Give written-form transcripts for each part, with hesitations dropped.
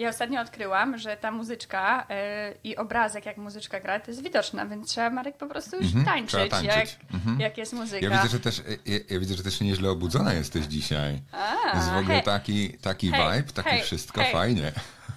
Ja ostatnio odkryłam, że ta muzyczka i obrazek, jak muzyczka gra, to jest widoczna, więc trzeba, Marek, po prostu już tańczyć. Jak jest muzyka. Ja widzę, że też nieźle obudzona jesteś dzisiaj. Jest w ogóle taki vibe, takie wszystko fajnie.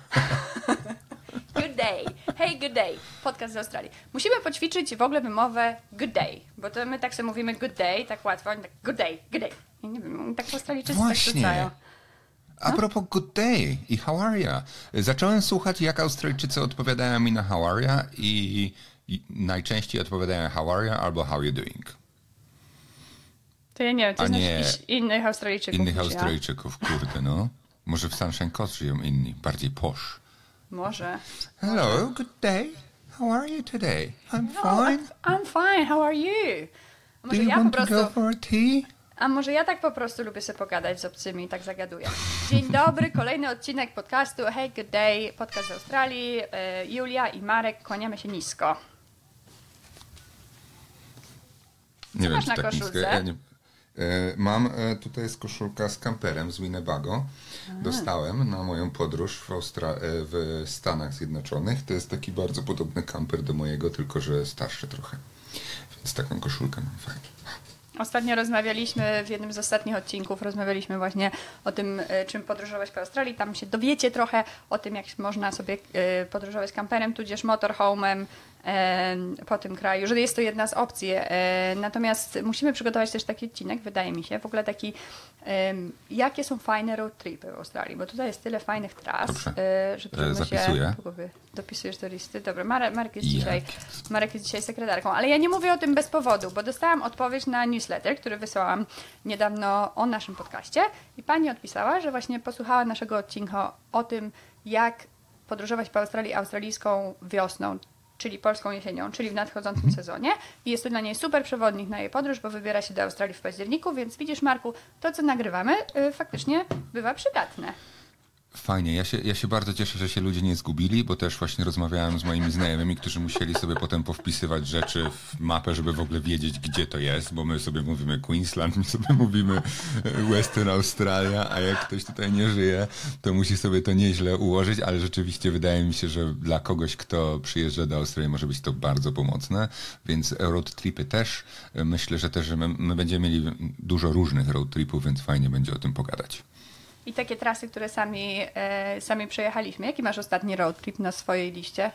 Good day. Hey, good day. Podcast z Australii. Musimy poćwiczyć w ogóle wymowę good day, bo to my tak sobie mówimy good day, tak łatwo, tak good day, good day. Ja nie wiem, tak w Australijczycy tak rzucają. A propos good day i how are ya? Zacząłem słuchać, jak Australijczycy odpowiadają mi na how are ya i najczęściej odpowiadają how are ya albo how you doing. To ja nie wiem, to znaczy jakichś innych Australijczyków. Innych Australijczyków, kurde no. Może w Sunshine Coast żyją inni, bardziej posh. Może. Hello, good day. How are you today? I'm fine. I'm fine, how are you? Do you want to go for a tea? A może ja tak po prostu lubię sobie pogadać z obcymi i tak zagaduję. Dzień dobry, kolejny odcinek podcastu Hey Good Day, podcast z Australii. Julia i Marek, kłaniamy się nisko. Nie wiem, masz czy na tak koszulce? nisko. Ja nie... Mam, tutaj jest koszulka z kamperem z Winnebago. Dostałem na moją podróż w Stanach Zjednoczonych. To jest taki bardzo podobny kamper do mojego, tylko że starszy trochę. Więc taką koszulkę mam fajnie. Ostatnio rozmawialiśmy, w jednym z ostatnich odcinków rozmawialiśmy właśnie o tym, czym podróżować po Australii. Tam się dowiecie trochę o tym, jak można sobie podróżować kamperem, tudzież motorhome'em po tym kraju, że jest to jedna z opcji. Natomiast musimy przygotować też taki odcinek, wydaje mi się, w ogóle taki, jakie są fajne road tripy w Australii, bo tutaj jest tyle fajnych tras, że trudno zapisuję. się... Dopisujesz do listy? Dobra, Marek jest dzisiaj sekretarką, ale ja nie mówię o tym bez powodu, bo dostałam odpowiedź na newsletter, który wysłałam niedawno o naszym podcaście i pani odpisała, że właśnie posłuchała naszego odcinka o tym, jak podróżować po Australii australijską wiosną, czyli polską jesienią, czyli w nadchodzącym sezonie. I jest to dla niej super przewodnik na jej podróż, bo wybiera się do Australii w październiku, więc widzisz, Marku, to co nagrywamy faktycznie bywa przydatne. Fajnie, ja się bardzo cieszę, że się ludzie nie zgubili, bo też właśnie rozmawiałem z moimi znajomymi, którzy musieli sobie potem powpisywać rzeczy w mapę, żeby w ogóle wiedzieć, gdzie to jest, bo my sobie mówimy Queensland, my sobie mówimy Western Australia, a jak ktoś tutaj nie żyje, to musi sobie to nieźle ułożyć, ale rzeczywiście wydaje mi się, że dla kogoś, kto przyjeżdża do Australii, może być to bardzo pomocne, więc road tripy też. Myślę, że też że my będziemy mieli dużo różnych road tripów, więc fajnie będzie o tym pogadać. I takie trasy, które sami przejechaliśmy. Jaki masz ostatni road trip na swojej liście?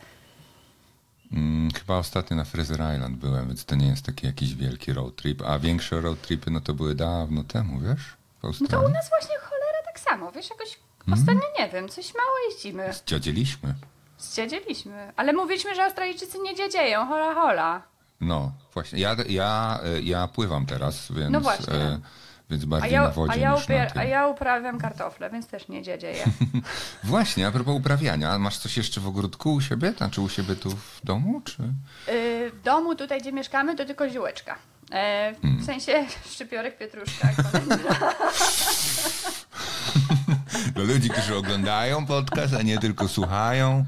Chyba ostatnio na Fraser Island byłem, więc to nie jest taki jakiś wielki road trip, a większe road tripy no to były dawno temu, wiesz? W Australii. No to u nas właśnie cholera tak samo, wiesz, jakoś ostatnio nie wiem, coś mało jeździmy. Zdziadziliśmy. Ale mówiliśmy, że Australijczycy nie dziadzieją, hola hola. No, właśnie. Ja pływam teraz, więc... No właśnie. Więc bardziej na wodzie niż na tym. A ja uprawiam kartofle, więc też nie dziadzieję. Właśnie, a propos uprawiania, masz coś jeszcze w ogródku u siebie? Czy u siebie tu w domu? Czy? W domu, tutaj gdzie mieszkamy, to tylko ziółeczka. W sensie szczypiorek, pietruszka. Dla ludzi, którzy oglądają podcast, a nie tylko słuchają.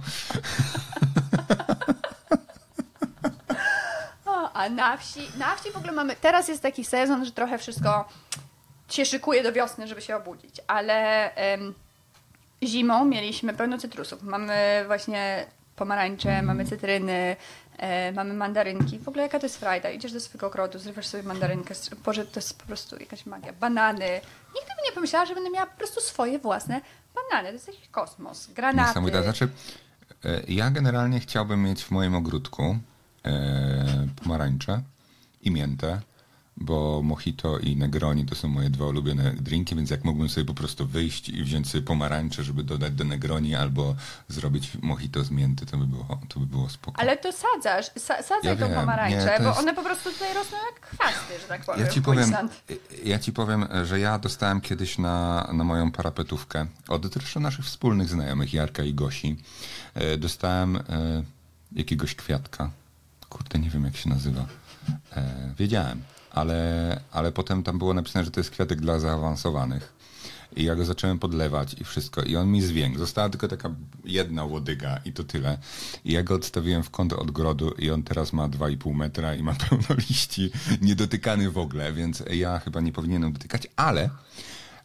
A na wsi w ogóle mamy, teraz jest taki sezon, że trochę wszystko się szykuje do wiosny, żeby się obudzić, ale zimą mieliśmy pełno cytrusów. Mamy właśnie pomarańcze, mamy cytryny, mamy mandarynki. W ogóle jaka to jest frajda? Idziesz do swojego ogrodu, zrywasz sobie mandarynkę, Boże, to jest po prostu jakaś magia. Banany. Nigdy bym nie pomyślała, że będę miała po prostu swoje własne banany. To jest jakiś kosmos. Granaty. Niesamowite. Znaczy, ja generalnie chciałbym mieć w moim ogródku pomarańcze i miętę, bo mojito i Negroni to są moje dwa ulubione drinki, więc jak mógłbym sobie po prostu wyjść i wziąć sobie pomarańcze, żeby dodać do Negroni albo zrobić mojito z mięty, to by było spoko. Ale to sadzaj tą pomarańczę, bo one po prostu tutaj rosną jak chwasty, że tak powiem. Ja ci powiem, że ja dostałem kiedyś na moją parapetówkę od zresztą naszych wspólnych znajomych, Jarka i Gosi, dostałem jakiegoś kwiatka. Kurde, nie wiem jak się nazywa. Wiedziałem, ale potem tam było napisane, że to jest kwiatek dla zaawansowanych. I ja go zacząłem podlewać i wszystko. I on mi zwiękł. Została tylko taka jedna łodyga i to tyle. I ja go odstawiłem w kąt odgrodu i on teraz ma 2,5 metra i ma pełno liści. Niedotykany w ogóle, więc ja chyba nie powinienem dotykać, ale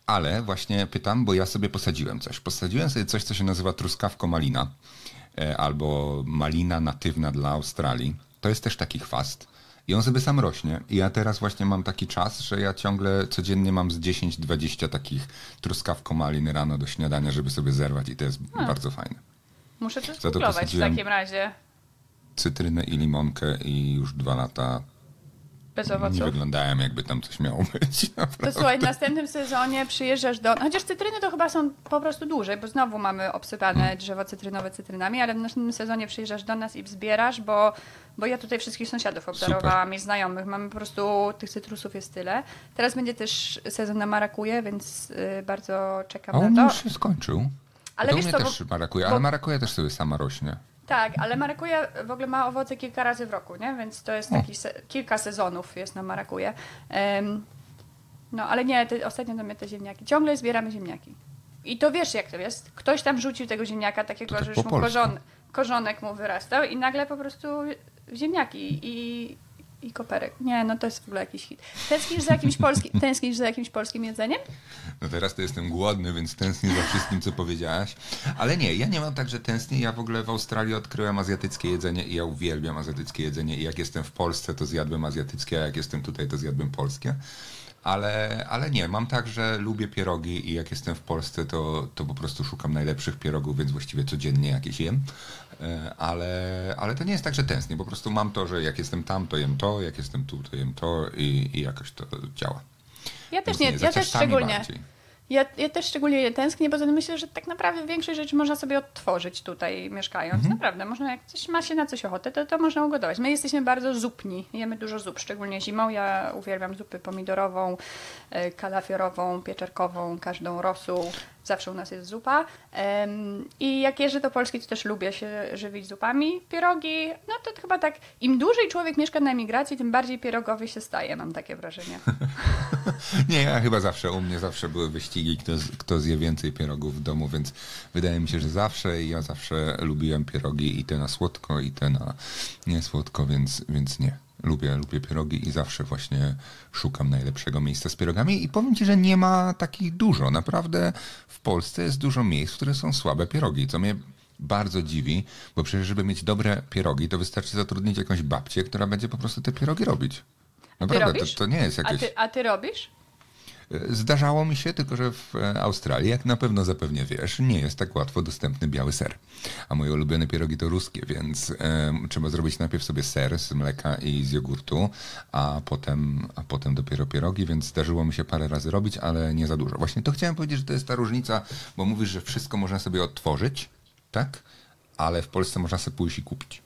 Ale właśnie pytam, bo ja sobie posadziłem coś. Posadziłem sobie coś, co się nazywa truskawko-malina albo malina natywna dla Australii. To jest też taki chwast. I on sobie sam rośnie. I ja teraz właśnie mam taki czas, że ja ciągle codziennie mam z 10-20 takich truskawko-malin rano do śniadania, żeby sobie zerwać i to jest bardzo fajne. Muszę to spróbować w takim razie. Cytrynę i limonkę i już 2 lata bez owoców. Nie wyglądałem, jakby tam coś miało być. Naprawdę. To słuchaj, w następnym sezonie przyjeżdżasz do... Chociaż cytryny to chyba są po prostu dłużej, bo znowu mamy obsypane drzewo cytrynowe cytrynami, ale w następnym sezonie przyjeżdżasz do nas i zbierasz, bo ja tutaj wszystkich sąsiadów obdarowałam i znajomych. Mamy po prostu... Tych cytrusów jest tyle. Teraz będzie też sezon na marakuje, więc bardzo czekam na to. A on już się skończył. Ale wiesz mnie co, też marakuje, ale marakuja też sobie sama rośnie. Tak, ale marakuja w ogóle ma owoce kilka razy w roku, nie? Więc to jest taki kilka sezonów jest na marakuje. No ale nie, ostatnio to mnie te ziemniaki. Ciągle zbieramy ziemniaki. I to wiesz jak to jest. Ktoś tam rzucił tego ziemniaka takiego, tak że już mu korzonek mu wyrastał i nagle po prostu ziemniaki i koperek. Nie, no to jest w ogóle jakiś hit. Tęsknisz za jakimś polskim jedzeniem? No teraz to jestem głodny, więc tęsknię za wszystkim, co powiedziałaś. Ale nie, ja nie mam tak, że tęsknię. Ja w ogóle w Australii odkryłem azjatyckie jedzenie i ja uwielbiam azjatyckie jedzenie. I jak jestem w Polsce, to zjadłem azjatyckie, a jak jestem tutaj, to zjadłem polskie. Ale nie, mam tak, że lubię pierogi i jak jestem w Polsce, to po prostu szukam najlepszych pierogów, więc właściwie codziennie jakieś jem. Ale to nie jest tak, że tęsknię. Po prostu mam to, że jak jestem tam, to jem to, jak jestem tu, to jem to i jakoś to działa. Ja też nie, ja też szczególnie. Ja też szczególnie tęsknię, bo myślę, że tak naprawdę większość rzeczy można sobie odtworzyć tutaj mieszkając. Naprawdę, można jak coś ma się na coś ochotę, to można ugotować. My jesteśmy bardzo zupni, jemy dużo zup, szczególnie zimą. Ja uwielbiam zupy pomidorową, kalafiorową, pieczarkową, każdą rosół. Zawsze u nas jest zupa. I jak jeżdżę do Polski, to też lubię się żywić zupami. Pierogi, no to chyba tak, im dłużej człowiek mieszka na emigracji, tym bardziej pierogowy się staje, mam takie wrażenie. Nie, ja chyba u mnie zawsze były wyścigi, kto zje więcej pierogów w domu, więc wydaje mi się, że ja zawsze lubiłem pierogi i te na słodko, i te na niesłodko, więc nie. Lubię pierogi i zawsze właśnie szukam najlepszego miejsca z pierogami i powiem Ci, że nie ma takich dużo. Naprawdę w Polsce jest dużo miejsc, które są słabe pierogi, co mnie bardzo dziwi, bo przecież żeby mieć dobre pierogi, to wystarczy zatrudnić jakąś babcię, która będzie po prostu te pierogi robić. Naprawdę, to nie jest jakieś... A ty robisz? Zdarzało mi się, tylko że w Australii, jak na pewno zapewne wiesz, nie jest tak łatwo dostępny biały ser. A moje ulubione pierogi to ruskie, więc trzeba zrobić najpierw sobie ser z mleka i z jogurtu, a potem dopiero pierogi, więc zdarzyło mi się parę razy robić, ale nie za dużo. Właśnie to chciałem powiedzieć, że to jest ta różnica, bo mówisz, że wszystko można sobie odtworzyć, tak? Ale w Polsce można sobie pójść i kupić.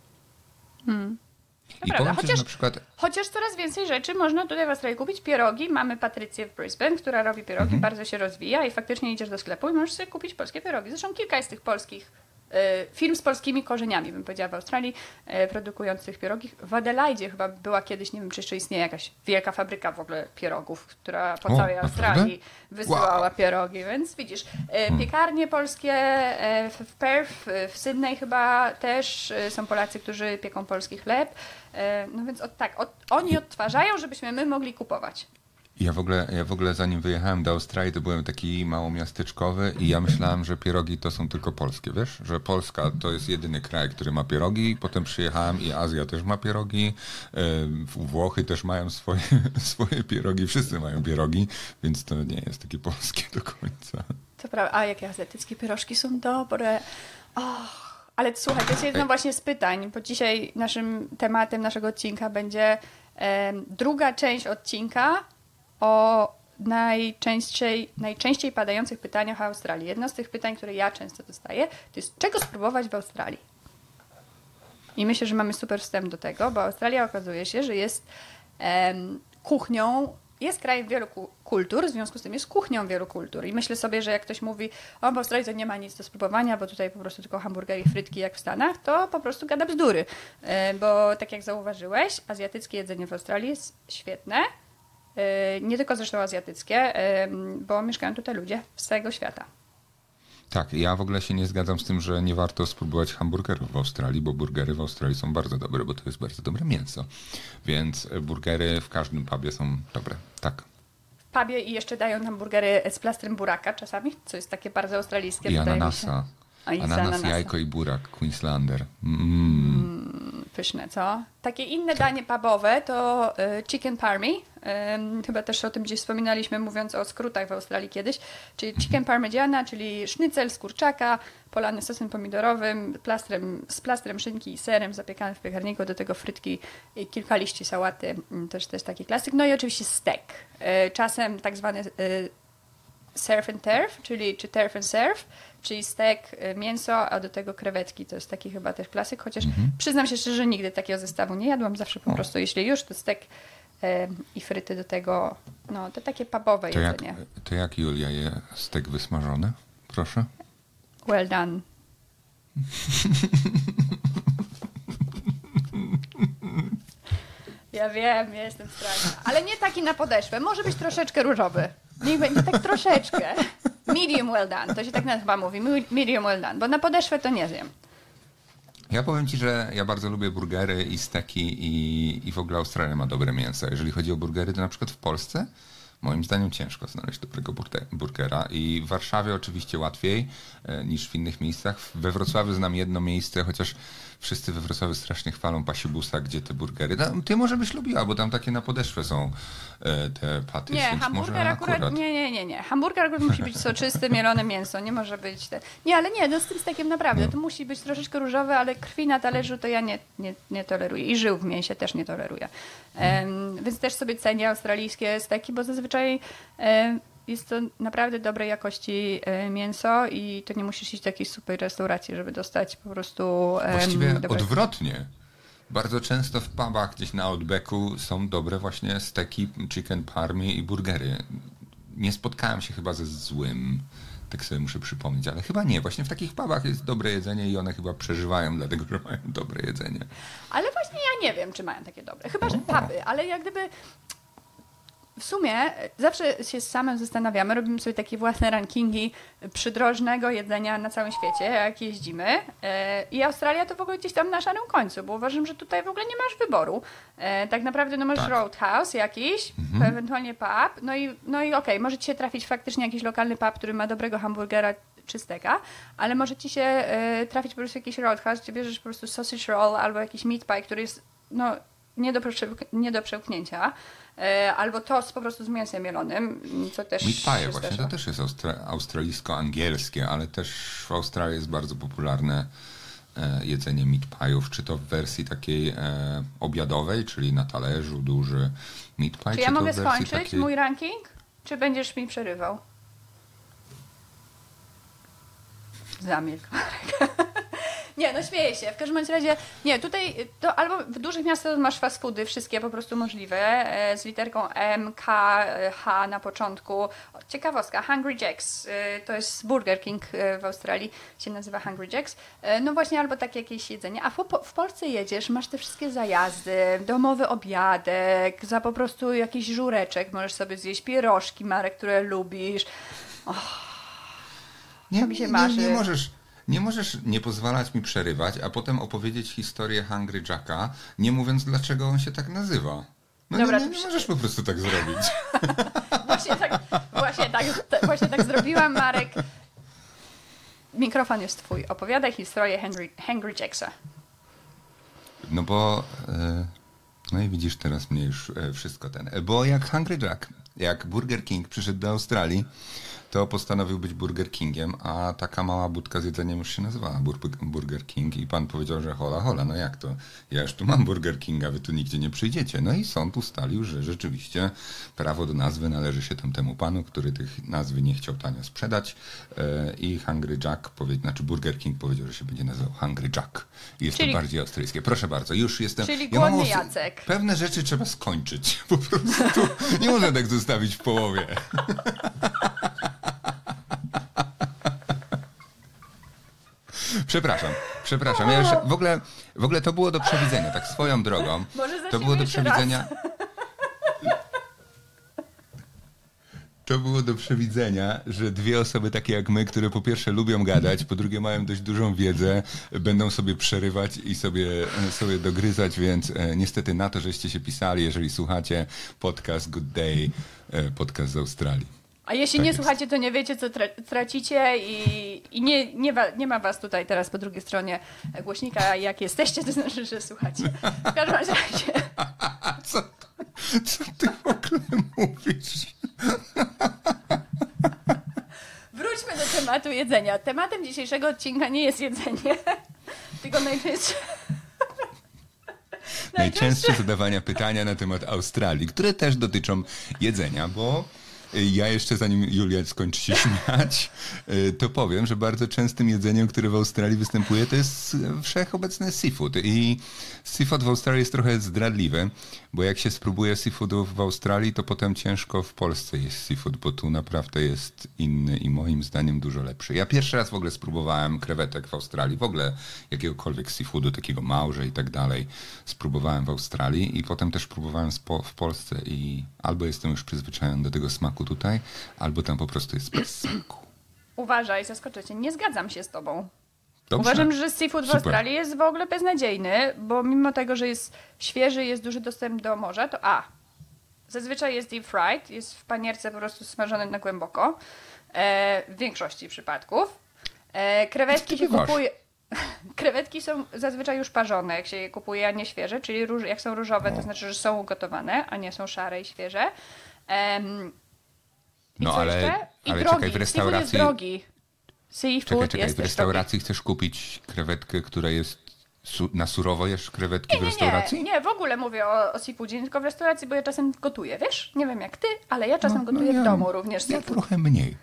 I powiem ci, że na przykład... Chociaż coraz więcej rzeczy można tutaj w Australii kupić. Pierogi. Mamy Patrycję w Brisbane, która robi pierogi, bardzo się rozwija i faktycznie idziesz do sklepu i możesz sobie kupić polskie pierogi. Zresztą kilka jest tych polskich firm z polskimi korzeniami, bym powiedziała, w Australii, produkujących pierogi. W Adelaide chyba była kiedyś, nie wiem, czy jeszcze istnieje jakaś wielka fabryka w ogóle pierogów, która po całej Australii wysyłała pierogi, więc widzisz, piekarnie polskie w Perth, w Sydney chyba też są Polacy, którzy pieką polski chleb. No więc oni odtwarzają, żebyśmy my mogli kupować. Ja w ogóle zanim wyjechałem do Australii, to byłem taki małomiasteczkowy i ja myślałem, że pierogi to są tylko polskie, wiesz? Że Polska to jest jedyny kraj, który ma pierogi. Potem przyjechałem i Azja też ma pierogi. Włochy też mają swoje pierogi. Wszyscy mają pierogi, więc to nie jest takie polskie do końca. To prawda. A jakie azjatyckie pierożki są dobre. Ale słuchaj, to jest jedno właśnie z pytań, bo dzisiaj naszym tematem naszego odcinka będzie druga część odcinka o najczęściej padających pytaniach o Australii. Jedno z tych pytań, które ja często dostaję, to jest czego spróbować w Australii? I myślę, że mamy super wstęp do tego, bo Australia okazuje się, że jest kuchnią, jest krajem wielu kultur, w związku z tym jest kuchnią wielu kultur. I myślę sobie, że jak ktoś mówi, w Australii to nie ma nic do spróbowania, bo tutaj po prostu tylko hamburgery i frytki jak w Stanach, to po prostu gada bzdury. Bo tak jak zauważyłeś, azjatyckie jedzenie w Australii jest świetne. Nie tylko zresztą azjatyckie, bo mieszkają tutaj ludzie z całego świata. Tak, ja w ogóle się nie zgadzam z tym, że nie warto spróbować hamburgerów w Australii, bo burgery w Australii są bardzo dobre, bo to jest bardzo dobre mięso. Więc burgery w każdym pubie są dobre, tak. pubie i jeszcze dają tam burgery z plastrem buraka czasami, co jest takie bardzo australijskie. I wydaje mi ananasa. się. Ananas, jajko i burak, Queenslander. Pyszne, co? Takie inne danie pubowe to chicken parmy. Chyba też o tym gdzieś wspominaliśmy, mówiąc o skrótach w Australii kiedyś. Czyli chicken parmigiana, czyli sznycel z kurczaka, polany sosem pomidorowym, z plastrem szynki i serem, zapiekany w piekarniku, do tego frytki i kilka liści sałaty. To też taki klasyk. No i oczywiście steak. Czasem tak zwany surf and turf, czy turf and surf, czyli steak, mięso, a do tego krewetki. To jest taki chyba też klasyk, chociaż przyznam się szczerze, że nigdy takiego zestawu nie jadłam. Zawsze po prostu, jeśli już, to steak i fryty do tego, no to takie pubowe jedzenie. To jak Julia je steak wysmażony? Proszę. Well done. Ja wiem, ja jestem straszna. Ale nie taki na podeszwę. Może być troszeczkę różowy. Niech będzie tak troszeczkę. Medium well done. To się tak chyba mówi. Medium well done. Bo na podeszwę to nie zjem. Ja powiem ci, że ja bardzo lubię burgery i steki i w ogóle Australia ma dobre mięso. Jeżeli chodzi o burgery, to na przykład w Polsce moim zdaniem ciężko znaleźć dobrego burgera i w Warszawie oczywiście łatwiej niż w innych miejscach. We Wrocławiu znam jedno miejsce, chociaż wszyscy we Wrocławiu strasznie chwalą Pasibusa, gdzie te burgery. Ty może byś lubiła, bo tam takie na podeszwę są te paty. Nie, hamburger akurat. Nie. Hamburger akurat musi być soczysty, mielone mięso. Nie może być Nie, ale nie, no z tym stekiem naprawdę. To musi być troszeczkę różowe, ale krwi na talerzu to ja nie toleruję. I żył w mięsie też nie toleruję. Więc też sobie cenię australijskie steki, bo zazwyczaj jest to naprawdę dobrej jakości mięso i to nie musisz iść do jakiejś super restauracji, żeby dostać po prostu Właściwie odwrotnie. Bardzo często w pubach gdzieś na Outbacku są dobre właśnie steki, chicken parmy i burgery. Nie spotkałem się chyba ze złym, tak sobie muszę przypomnieć, ale chyba nie. Właśnie w takich pubach jest dobre jedzenie i one chyba przeżywają, dlatego że mają dobre jedzenie. Ale właśnie ja nie wiem, czy mają takie dobre. Chyba, że puby, ale jak gdyby w sumie zawsze się z samym zastanawiamy, robimy sobie takie własne rankingi przydrożnego jedzenia na całym świecie, jak jeździmy. I Australia to w ogóle gdzieś tam na szarym końcu, bo uważam, że tutaj w ogóle nie masz wyboru. Tak naprawdę no masz roadhouse jakiś, ewentualnie pub, no i okej, może ci się trafić faktycznie jakiś lokalny pub, który ma dobrego hamburgera czy steka, ale może ci się trafić po prostu jakiś roadhouse, gdzie bierzesz po prostu sausage roll albo jakiś meat pie, który jest no nie do przełknięcia. Albo tost po prostu z mięsem mielonym, co też meat pie właśnie, to też jest australijsko-angielskie, ale też w Australii jest bardzo popularne jedzenie meat pie'ów, czy to w wersji takiej obiadowej, czyli na talerzu duży meat pie. Czy ja mogę skończyć mój ranking? Czy będziesz mi przerywał? Zamilkł. Nie, no śmieję się. W każdym razie, nie, tutaj to albo w dużych miastach masz fast foody, wszystkie po prostu możliwe, z literką M, K, H na początku. Ciekawostka, Hungry Jacks, to jest Burger King w Australii, się nazywa Hungry Jacks. No właśnie, albo takie jakieś jedzenie. A w Polsce jedziesz, masz te wszystkie zajazdy, domowy obiadek, za po prostu jakiś żureczek możesz sobie zjeść, pierożki, Marek, które lubisz. To mi się marzy. Nie możesz nie pozwalać mi przerywać, a potem opowiedzieć historię Hungry Jacka, nie mówiąc, dlaczego on się tak nazywa. No dobra, nie możesz po prostu tak zrobić. Właśnie tak zrobiłam, Marek. Mikrofon jest twój. Opowiadaj historię Hungry Jacksa. No bo... No i widzisz teraz mnie już wszystko Bo jak Hungry Jack, jak Burger King przyszedł do Australii, to postanowił być Burger Kingiem, a taka mała budka z jedzeniem już się nazywała Burger King i pan powiedział, że hola, no jak to? Ja już tu mam Burger Kinga, wy tu nigdzie nie przyjdziecie. No i sąd ustalił, że rzeczywiście prawo do nazwy należy się temu panu, który tych nazwy nie chciał tanio sprzedać i Hungry Jack, znaczy Burger King powiedział, że się będzie nazywał Hungry Jack. I jest to bardziej australijskie. Proszę bardzo, już jestem... Czyli głodny Jacek. Pewne rzeczy trzeba skończyć. Po prostu nie można tak zostawić w połowie. Przepraszam. Ja jeszcze, w ogóle to było do przewidzenia, tak swoją drogą. To było do przewidzenia. To było do przewidzenia, że dwie osoby takie jak my, które po pierwsze lubią gadać, po drugie mają dość dużą wiedzę, będą sobie przerywać i sobie dogryzać, więc niestety na to, żeście się pisali, jeżeli słuchacie podcast Good Day, podcast z Australii. A jeśli tak nie słuchacie, to nie wiecie, co tracicie i nie ma was tutaj teraz po drugiej stronie głośnika. Jak jesteście, to znaczy, że słuchacie. W każdym razie... Co ty w ogóle mówisz? Wróćmy do tematu jedzenia. Tematem dzisiejszego odcinka nie jest jedzenie, tylko najczęstsze zadawania pytania na temat Australii, które też dotyczą jedzenia, bo ja jeszcze zanim Julia skończy się śmiać, to powiem, że bardzo częstym jedzeniem, które w Australii występuje, to jest wszechobecny seafood. I seafood w Australii jest trochę zdradliwy, bo jak się spróbuje seafoodów w Australii, to potem ciężko w Polsce jest seafood, bo tu naprawdę jest inny i moim zdaniem dużo lepszy. Ja pierwszy raz w ogóle spróbowałem krewetek w Australii, w ogóle jakiegokolwiek seafoodu, takiego małże i tak dalej, spróbowałem w Australii i potem też próbowałem w Polsce i albo jestem już przyzwyczajony do tego smaku tutaj, albo tam po prostu jest bez smaku. Uważaj, zaskoczę cię, nie zgadzam się z tobą. Dobrze. Uważam, że seafood w Australii jest w ogóle beznadziejny, bo mimo tego, że jest świeży, jest duży dostęp do morza, to zazwyczaj jest deep fried, jest w panierce po prostu smażony na głęboko, w większości przypadków. Krewetki się kupuje... Krewetki są zazwyczaj już parzone, jak się je kupuje, a nie świeże, czyli jak są różowe, to znaczy, że są ugotowane, a nie są szare i świeże. Ale drogi. Czekaj, w restauracji... Seafood jest drogi. W restauracji chcesz kupić krewetkę, która jest na surowo, jesz krewetki w restauracji? Nie, w ogóle mówię o seafoodzie, nie tylko w restauracji, bo ja czasem gotuję, wiesz? Nie wiem jak ty, ale ja czasem gotuję w domu również seafood. Ja trochę mniej.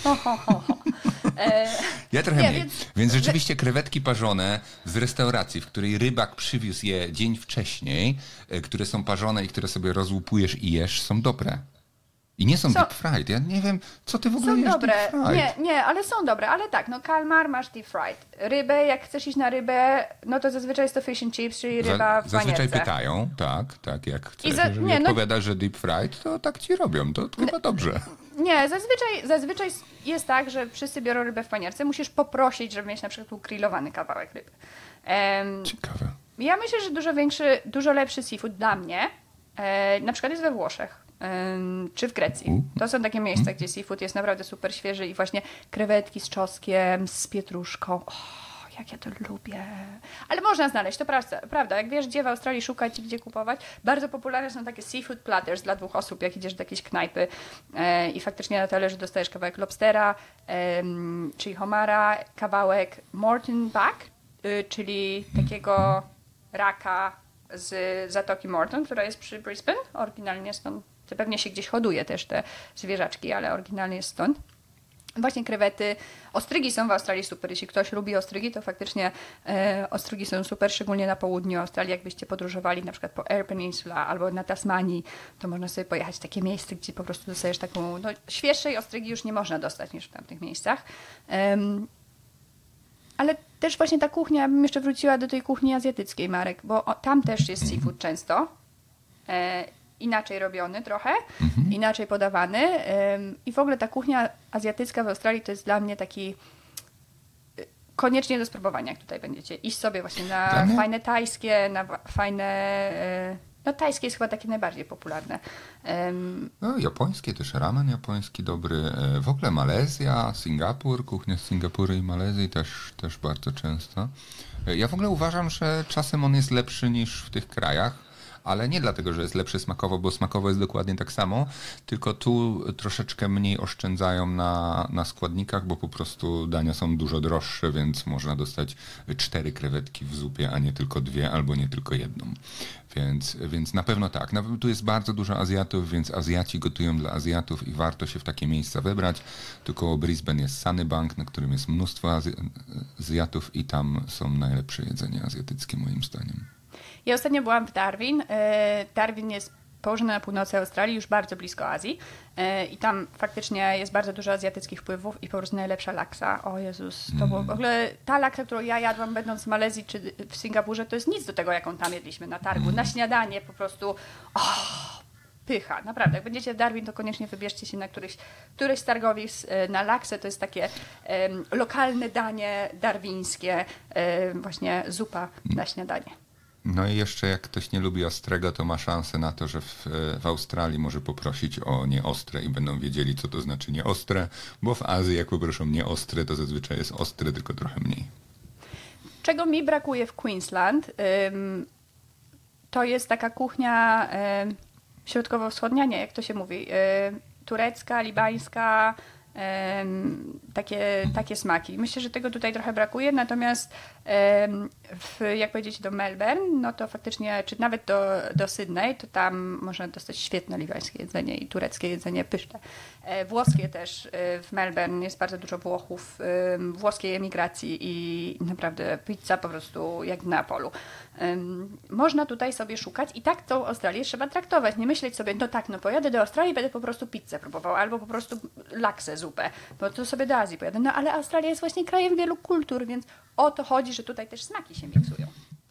Ja trochę mniej. Więc rzeczywiście krewetki parzone z restauracji, w której rybak przywiózł je dzień wcześniej, które są parzone i które sobie rozłupujesz i jesz, są dobre. I nie są deep fried. Ja nie wiem, co ty w ogóle jesz dobre. Deep fried. Nie, ale są dobre. Ale tak, kalmar masz deep fried. Rybę, jak chcesz iść na rybę, no to zazwyczaj jest to fish and chips, czyli ryba w Zazwyczaj panierce. pytają, tak, jak chcesz. Jeżeli odpowiadasz, że deep fried, to tak ci robią. To chyba dobrze. Nie, zazwyczaj jest tak, że wszyscy biorą rybę w panierce. Musisz poprosić, żeby mieć na przykład grillowany kawałek ryby. Ciekawe. Ja myślę, że dużo lepszy seafood dla mnie na przykład jest we Włoszech. Czy w Grecji. To są takie miejsca, gdzie seafood jest naprawdę super świeży i właśnie krewetki z czosnkiem, z pietruszką. Jak ja to lubię. Ale można znaleźć, to prawda. Jak wiesz, gdzie w Australii szukać i gdzie kupować. Bardzo popularne są takie seafood platters dla 2 osób, jak idziesz do jakiejś knajpy i faktycznie na talerzu dostajesz kawałek lobstera, czyli homara, kawałek Moreton back, czyli takiego raka z Zatoki Moreton, która jest przy Brisbane. Oryginalnie stąd. To pewnie się gdzieś hoduje też te zwierzaczki, ale oryginalnie jest stąd. Właśnie krewety. Ostrygi są w Australii super. Jeśli ktoś lubi ostrygi, to faktycznie ostrygi są super, szczególnie na południu Australii. Jakbyście podróżowali na przykład po Eyre Peninsula albo na Tasmanii, to można sobie pojechać w takie miejsce, gdzie po prostu dostajesz taką... świeższej ostrygi już nie można dostać niż w tamtych miejscach. Ale też właśnie ta kuchnia, ja bym jeszcze wróciła do tej kuchni azjatyckiej, Marek, bo tam też jest seafood często. Inaczej robiony trochę, inaczej podawany i w ogóle ta kuchnia azjatycka w Australii to jest dla mnie taki koniecznie do spróbowania, jak tutaj będziecie iść sobie właśnie na fajne tajskie, na fajne... tajskie jest chyba takie najbardziej popularne. Japońskie też, ramen japoński dobry. W ogóle Malezja, Singapur, kuchnia z Singapuru i Malezji też bardzo często. Ja w ogóle uważam, że czasem on jest lepszy niż w tych krajach. Ale nie dlatego, że jest lepszy smakowo, bo smakowo jest dokładnie tak samo, tylko tu troszeczkę mniej oszczędzają na składnikach, bo po prostu dania są dużo droższe, więc można dostać 4 krewetki w zupie, a nie tylko 2 albo nie tylko 1. Więc na pewno tak. Tu jest bardzo dużo Azjatów, więc Azjaci gotują dla Azjatów i warto się w takie miejsca wybrać. Tu koło Brisbane jest Sunnybank, na którym jest mnóstwo Azjatów i tam są najlepsze jedzenie azjatyckie moim zdaniem. Ja ostatnio byłam w Darwin. Darwin jest położony na północy Australii, już bardzo blisko Azji. I tam faktycznie jest bardzo dużo azjatyckich wpływów i po prostu najlepsza laksa. O Jezus, to było w ogóle ta laksa, którą ja jadłam będąc w Malezji czy w Singapurze, to jest nic do tego, jaką tam jedliśmy na targu. Na śniadanie po prostu pycha, naprawdę. Jak będziecie w Darwin, to koniecznie wybierzcie się na któryś z targowisk na laksę. To jest takie lokalne danie darwińskie, właśnie zupa na śniadanie. No i jeszcze jak ktoś nie lubi ostrego, to ma szansę na to, że w Australii może poprosić o nieostre i będą wiedzieli, co to znaczy nieostre, bo w Azji jak poproszą nieostre, to zazwyczaj jest ostre, tylko trochę mniej. Czego mi brakuje w Queensland, to jest taka kuchnia środkowo-wschodnia, nie, jak to się mówi, turecka, libańska, takie smaki. Myślę, że tego tutaj trochę brakuje, natomiast jak pojedziecie do Melbourne, no to faktycznie, czy nawet do Sydney, to tam można dostać świetne libańskie jedzenie i tureckie jedzenie pyszne. Włoskie też, w Melbourne jest bardzo dużo Włochów, włoskiej emigracji i naprawdę pizza po prostu jak w Neapolu. Można tutaj sobie szukać i tak tą Australię trzeba traktować. Nie myśleć sobie, no tak, no pojadę do Australii, będę po prostu pizzę próbował, albo po prostu laksę, zupę, bo to sobie do Azji pojadę. No ale Australia jest właśnie krajem wielu kultur, więc o to chodzi, że tutaj też smaki się miksują.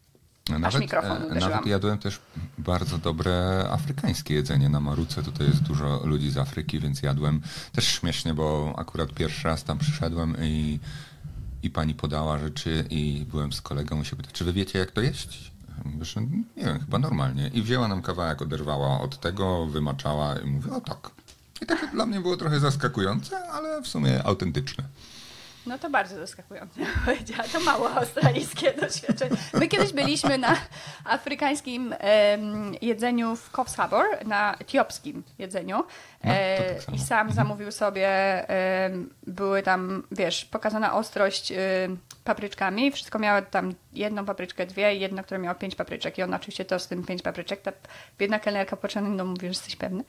Nawet jadłem też bardzo dobre afrykańskie jedzenie na Maruce. Tutaj jest dużo ludzi z Afryki, więc jadłem też śmiesznie, bo akurat pierwszy raz tam przyszedłem i pani podała rzeczy i byłem z kolegą i się pyta, czy wy wiecie, jak to jeść? Mówię, że nie wiem, chyba normalnie. I wzięła nam kawałek, oderwała od tego, wymaczała i mówię, o tak. I tak dla mnie było trochę zaskakujące, ale w sumie autentyczne. No to bardzo zaskakujące, powiedziała. To mało australijskie doświadczenie. My kiedyś byliśmy na afrykańskim jedzeniu w Coffs Harbour, na etiopskim jedzeniu. I sam zamówił sobie, były tam, wiesz, pokazana ostrość papryczkami. Wszystko miało tam jedną papryczkę, dwie i jedno, które miało 5 papryczek. I on oczywiście to z tym 5 papryczek. Ta biedna kelnerka poczęła, mówi, że jesteś pewny?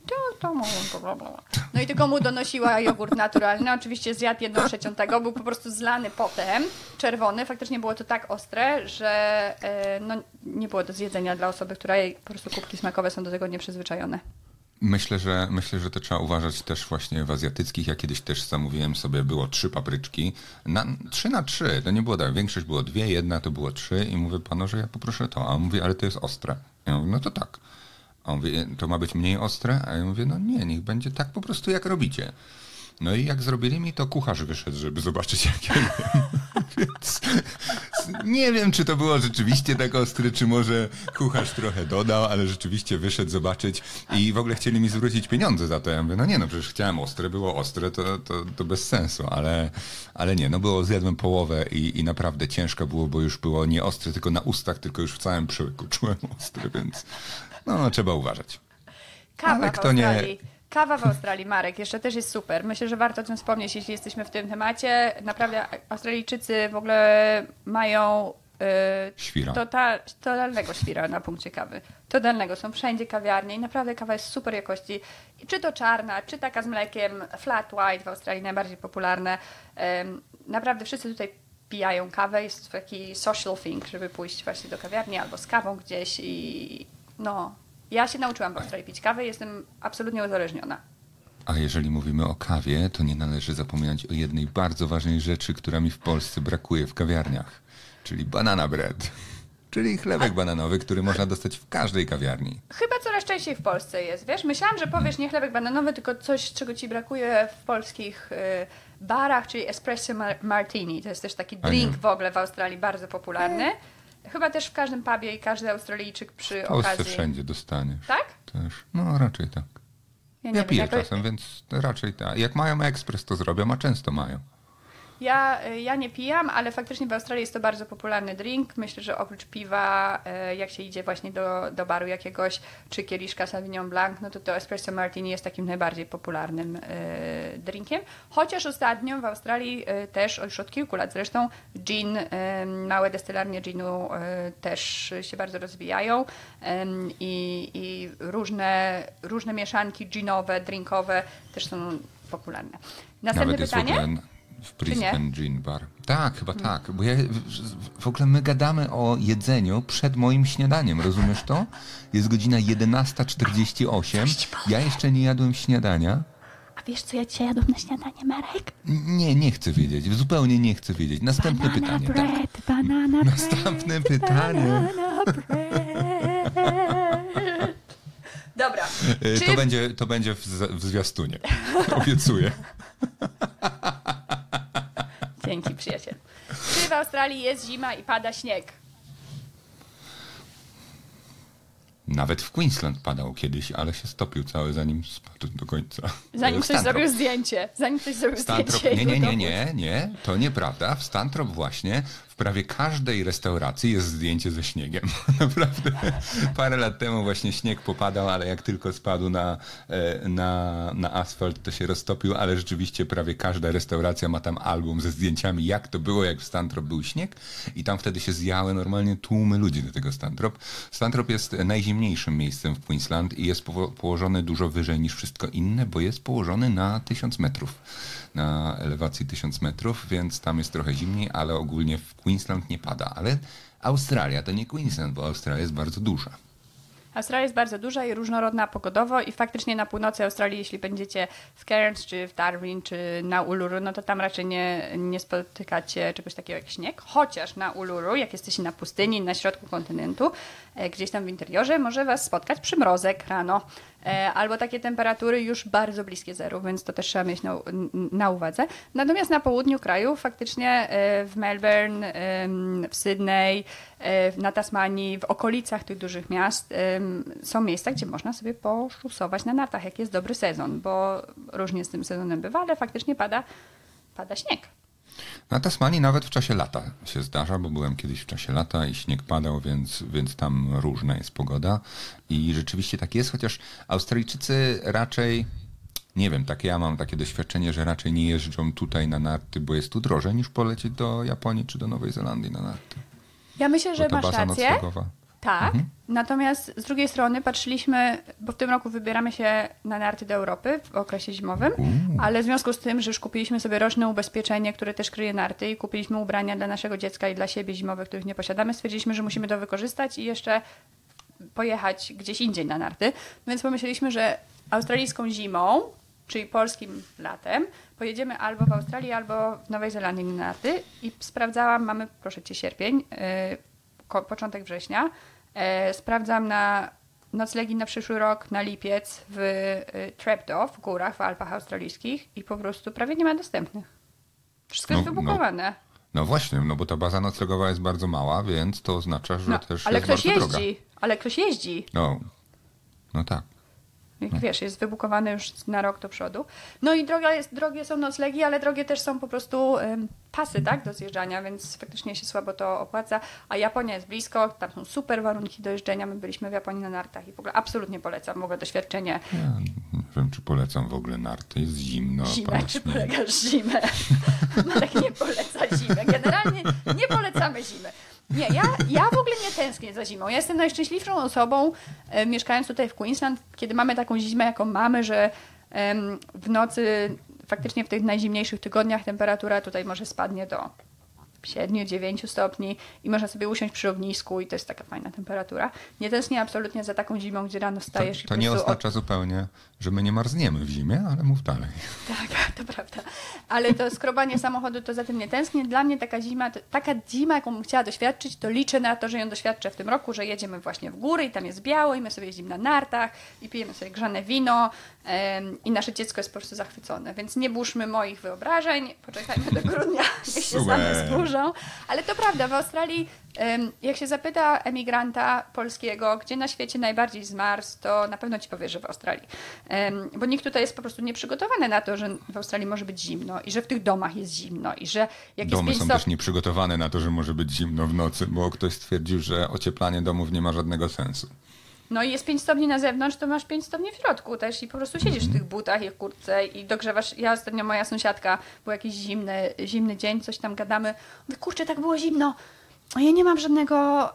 No i tylko mu donosiła jogurt naturalny. Oczywiście zjadł 1/3 tego, był po prostu zlany potem, czerwony. Faktycznie było to tak ostre, że no, nie było do zjedzenia dla osoby, której po prostu kubki smakowe są do tego nieprzyzwyczajone. Myślę, że to trzeba uważać też właśnie w azjatyckich. Ja kiedyś też zamówiłem sobie, było 3 papryczki, 3/3, to nie było tak, większość było 2, jedna to było 3 i mówię panu, że ja poproszę to, a on mówi, ale to jest ostre. Ja mówię, no to tak. A on mówi, to ma być mniej ostre? A ja mówię, no nie, niech będzie tak po prostu jak robicie. No i jak zrobili mi, to kucharz wyszedł, żeby zobaczyć, jak ja jem. Więc nie wiem, czy to było rzeczywiście tak ostre, czy może kucharz trochę dodał, ale rzeczywiście wyszedł zobaczyć i w ogóle chcieli mi zwrócić pieniądze za to. Ja mówię, no nie, no przecież chciałem ostre, było ostre, to bez sensu, ale nie, no zjadłem połowę i naprawdę ciężko było, bo już było nie ostre tylko na ustach, tylko już w całym przełyku czułem ostre, więc no trzeba uważać. Kawa w Australii. Kawa w Australii, Marek, jeszcze też jest super. Myślę, że warto o tym wspomnieć, jeśli jesteśmy w tym temacie. Naprawdę Australijczycy w ogóle mają świra. Totalnego świra na punkcie kawy. Totalnego. Są wszędzie kawiarnie i naprawdę kawa jest super jakości. Czy to czarna, czy taka z mlekiem, flat white w Australii najbardziej popularne. Naprawdę wszyscy tutaj pijają kawę. Jest taki social thing, żeby pójść właśnie do kawiarni albo z kawą gdzieś i no... Ja się nauczyłam w Australii pić kawę, jestem absolutnie uzależniona. A jeżeli mówimy o kawie, to nie należy zapominać o jednej bardzo ważnej rzeczy, która mi w Polsce brakuje w kawiarniach, czyli banana bread, czyli chlebek bananowy, który można dostać w każdej kawiarni. Chyba coraz częściej w Polsce jest, wiesz? Myślałam, że powiesz nie chlebek bananowy, tylko coś, czego ci brakuje w polskich barach, czyli espresso martini. To jest też taki drink w ogóle w Australii bardzo popularny. Chyba też w każdym pubie i każdy Australijczyk przy okazji. Wszędzie dostaniesz. Tak? Też. No raczej tak. Ja piję czasem, więc raczej tak. Jak mają ekspres, to zrobią, a często mają. Ja nie pijam, ale faktycznie w Australii jest to bardzo popularny drink. Myślę, że oprócz piwa, jak się idzie właśnie do baru jakiegoś, czy kieliszka Sauvignon Blanc, no to espresso martini jest takim najbardziej popularnym drinkiem. Chociaż ostatnio w Australii też, już od kilku lat zresztą, gin, małe destylarnie ginu też się bardzo rozwijają i różne mieszanki ginowe, drinkowe też są popularne. Następne pytanie? W Brisbane Gin Bar. Tak, chyba tak. Bo w ogóle my gadamy o jedzeniu przed moim śniadaniem, rozumiesz to? Jest godzina 11:48. Ja jeszcze nie jadłem śniadania. A wiesz, co ja dzisiaj jadłem na śniadanie, Marek? Nie chcę wiedzieć. Zupełnie nie chcę wiedzieć. Następne pytanie. Banana bread. Następne pytanie. Dobra, To będzie w zwiastunie. Obiecuję. Dzięki, przyjaciel. Czy w Australii jest zima i pada śnieg? Nawet w Queensland padał kiedyś, ale się stopił cały, zanim spadł do końca. Zanim ktoś zrobił zdjęcie. Nie, to nieprawda. W Stanthorpe właśnie w prawie każdej restauracji jest zdjęcie ze śniegiem. Naprawdę. Parę lat temu właśnie śnieg popadał, ale jak tylko spadł na asfalt, to się roztopił, ale rzeczywiście prawie każda restauracja ma tam album ze zdjęciami, jak to było, jak w Stanthorpe był śnieg i tam wtedy się zjały normalnie tłumy ludzi do tego Stanthorpe. Stanthorpe jest najzimniejszym miejscem w Queensland i jest położony dużo wyżej niż wszystko inne, bo jest położony na 1000 metrów. Na elewacji 1000 metrów, więc tam jest trochę zimniej, ale ogólnie w Queensland nie pada. Ale Australia to nie Queensland, bo Australia jest bardzo duża. Australia jest bardzo duża i różnorodna pogodowo i faktycznie na północy Australii, jeśli będziecie w Cairns, czy w Darwin, czy na Uluru, no to tam raczej nie spotykacie czegoś takiego jak śnieg, chociaż na Uluru, jak jesteście na pustyni, na środku kontynentu, gdzieś tam w interiorze, może was spotkać przymrozek rano, albo takie temperatury już bardzo bliskie zeru, więc to też trzeba mieć na uwadze. Natomiast na południu kraju faktycznie w Melbourne, w Sydney, na Tasmanii, w okolicach tych dużych miast są miejsca, gdzie można sobie poszusować na nartach, jak jest dobry sezon, bo różnie z tym sezonem bywa, ale faktycznie pada śnieg. Na Tasmanii nawet w czasie lata się zdarza, bo byłem kiedyś w czasie lata i śnieg padał, więc tam różna jest pogoda. I rzeczywiście tak jest, chociaż Australijczycy raczej, nie wiem, ja mam takie doświadczenie, że raczej nie jeżdżą tutaj na narty, bo jest tu drożej niż polecieć do Japonii czy do Nowej Zelandii na narty. Ja myślę, że masz rację. Noclegowa. Tak, natomiast z drugiej strony patrzyliśmy, bo w tym roku wybieramy się na narty do Europy w okresie zimowym, ale w związku z tym, że już kupiliśmy sobie roczne ubezpieczenie, które też kryje narty i kupiliśmy ubrania dla naszego dziecka i dla siebie zimowe, których nie posiadamy, stwierdziliśmy, że musimy to wykorzystać i jeszcze pojechać gdzieś indziej na narty. Więc pomyśleliśmy, że australijską zimą, czyli polskim latem, pojedziemy albo w Australii, albo w Nowej Zelandii na narty i sprawdzałam, mamy, proszę cię, sierpień, początek września. Sprawdzam na noclegi na przyszły rok, na lipiec w Trapdow, w górach, w Alpach australijskich i po prostu prawie nie ma dostępnych. Wszystko jest wybukowane. No właśnie, bo ta baza noclegowa jest bardzo mała, więc to oznacza, że też ale jest ktoś bardzo jeździ, droga. Ale ktoś jeździ. No tak. Jak wiesz, jest wybukowany już na rok do przodu. No i drogie są noclegi, ale drogie też są po prostu pasy, tak, do zjeżdżania, więc faktycznie się słabo to opłaca. A Japonia jest blisko, tam są super warunki do jeżdżenia. My byliśmy w Japonii na nartach i w ogóle absolutnie polecam w ogóle doświadczenie. Ja nie wiem, czy polecam w ogóle narty, jest zimno. Zimę, czy polegasz zimę? Marek nie poleca zimę. Generalnie nie polecamy zimy. Nie, ja w ogóle nie tęsknię za zimą. Ja jestem najszczęśliwszą osobą, mieszkając tutaj w Queensland, kiedy mamy taką zimę, jaką mamy, że w nocy, faktycznie w tych najzimniejszych tygodniach temperatura tutaj może spadnie do 7-9 stopni i można sobie usiąść przy ognisku i to jest taka fajna temperatura. Nie tęsknię absolutnie za taką zimą, gdzie rano wstajesz to nie oznacza zupełnie, że my nie marzniemy w zimie, ale mów dalej. Tak, to prawda. Ale to skrobanie samochodu, to za tym nie tęsknię. Dla mnie taka zima, jaką bym chciała doświadczyć, to liczę na to, że ją doświadczę w tym roku, że jedziemy właśnie w góry i tam jest biało i my sobie jeździmy na nartach i pijemy sobie grzane wino i nasze dziecko jest po prostu zachwycone. Więc nie burzmy moich wyobrażeń, poczekajmy do grudnia, niech się same zburzą. Ale to prawda, w Australii jak się zapyta emigranta polskiego, gdzie na świecie najbardziej zmarzł, to na pewno ci powie, że w Australii. Bo nikt tutaj jest po prostu nieprzygotowany na to, że w Australii może być zimno i że w tych domach jest zimno i że jak domy jest są też nieprzygotowane na to, że może być zimno w nocy, bo ktoś stwierdził, że ocieplanie domów nie ma żadnego sensu. No i jest 5 stopni na zewnątrz, to masz 5 stopni w środku też i po prostu siedzisz w tych butach i w kurtce i dogrzewasz. Ja ostatnio, moja sąsiadka, był jakiś zimny dzień, coś tam gadamy. Mówię, kurczę, tak było zimno. A ja nie mam żadnego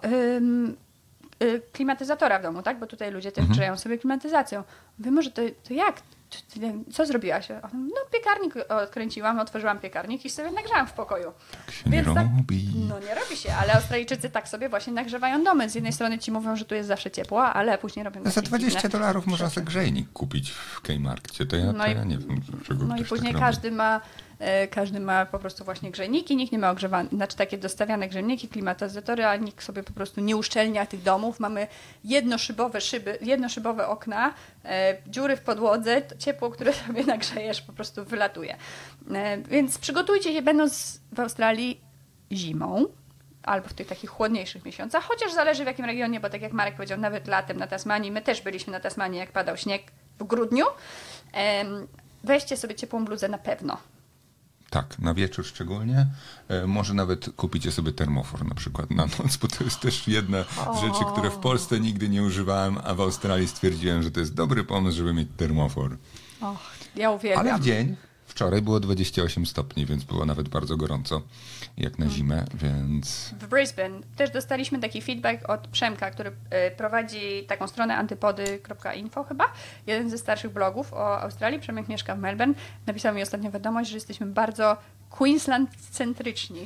klimatyzatora w domu, tak? Bo tutaj ludzie też grzeją sobie klimatyzacją. Mówię, może to jak? Co zrobiłaś? No piekarnik odkręciłam, otworzyłam piekarnik i sobie nagrzałam w pokoju. Tak się nie robi. No nie robi się, ale Australijczycy tak sobie właśnie nagrzewają domy. Z jednej strony ci mówią, że tu jest zawsze ciepło, ale później robią... Za $20 można sobie grzejnik kupić w Kmarkcie. To ja nie wiem, czego no i później każdy ma Każdy ma po prostu właśnie grzejniki, nikt nie ma znaczy takie dostawiane grzejniki, klimatyzatory, a nikt sobie po prostu nie uszczelnia tych domów. Mamy jednoszybowe okna, dziury w podłodze, to ciepło, które sobie nagrzejesz, po prostu wylatuje. Więc przygotujcie się, będąc w Australii zimą, albo w tych takich chłodniejszych miesiącach, chociaż zależy w jakim regionie, bo tak jak Marek powiedział, nawet latem na Tasmanii, my też byliśmy na Tasmanii, jak padał śnieg w grudniu, weźcie sobie ciepłą bluzę na pewno. Tak, na wieczór szczególnie. Może nawet kupicie sobie termofor na przykład na noc, bo to jest też jedna z rzeczy, które w Polsce nigdy nie używałem, a w Australii stwierdziłem, że to jest dobry pomysł, żeby mieć termofor. Ja uwielbiam. Ale w dzień, wczoraj było 28 stopni, więc było nawet bardzo gorąco, jak na zimę, więc... W Brisbane też dostaliśmy taki feedback od Przemka, który prowadzi taką stronę antypody.info chyba, jeden ze starszych blogów o Australii. Przemek mieszka w Melbourne. Napisał mi ostatnio wiadomość, że jesteśmy bardzo Queensland-centryczni.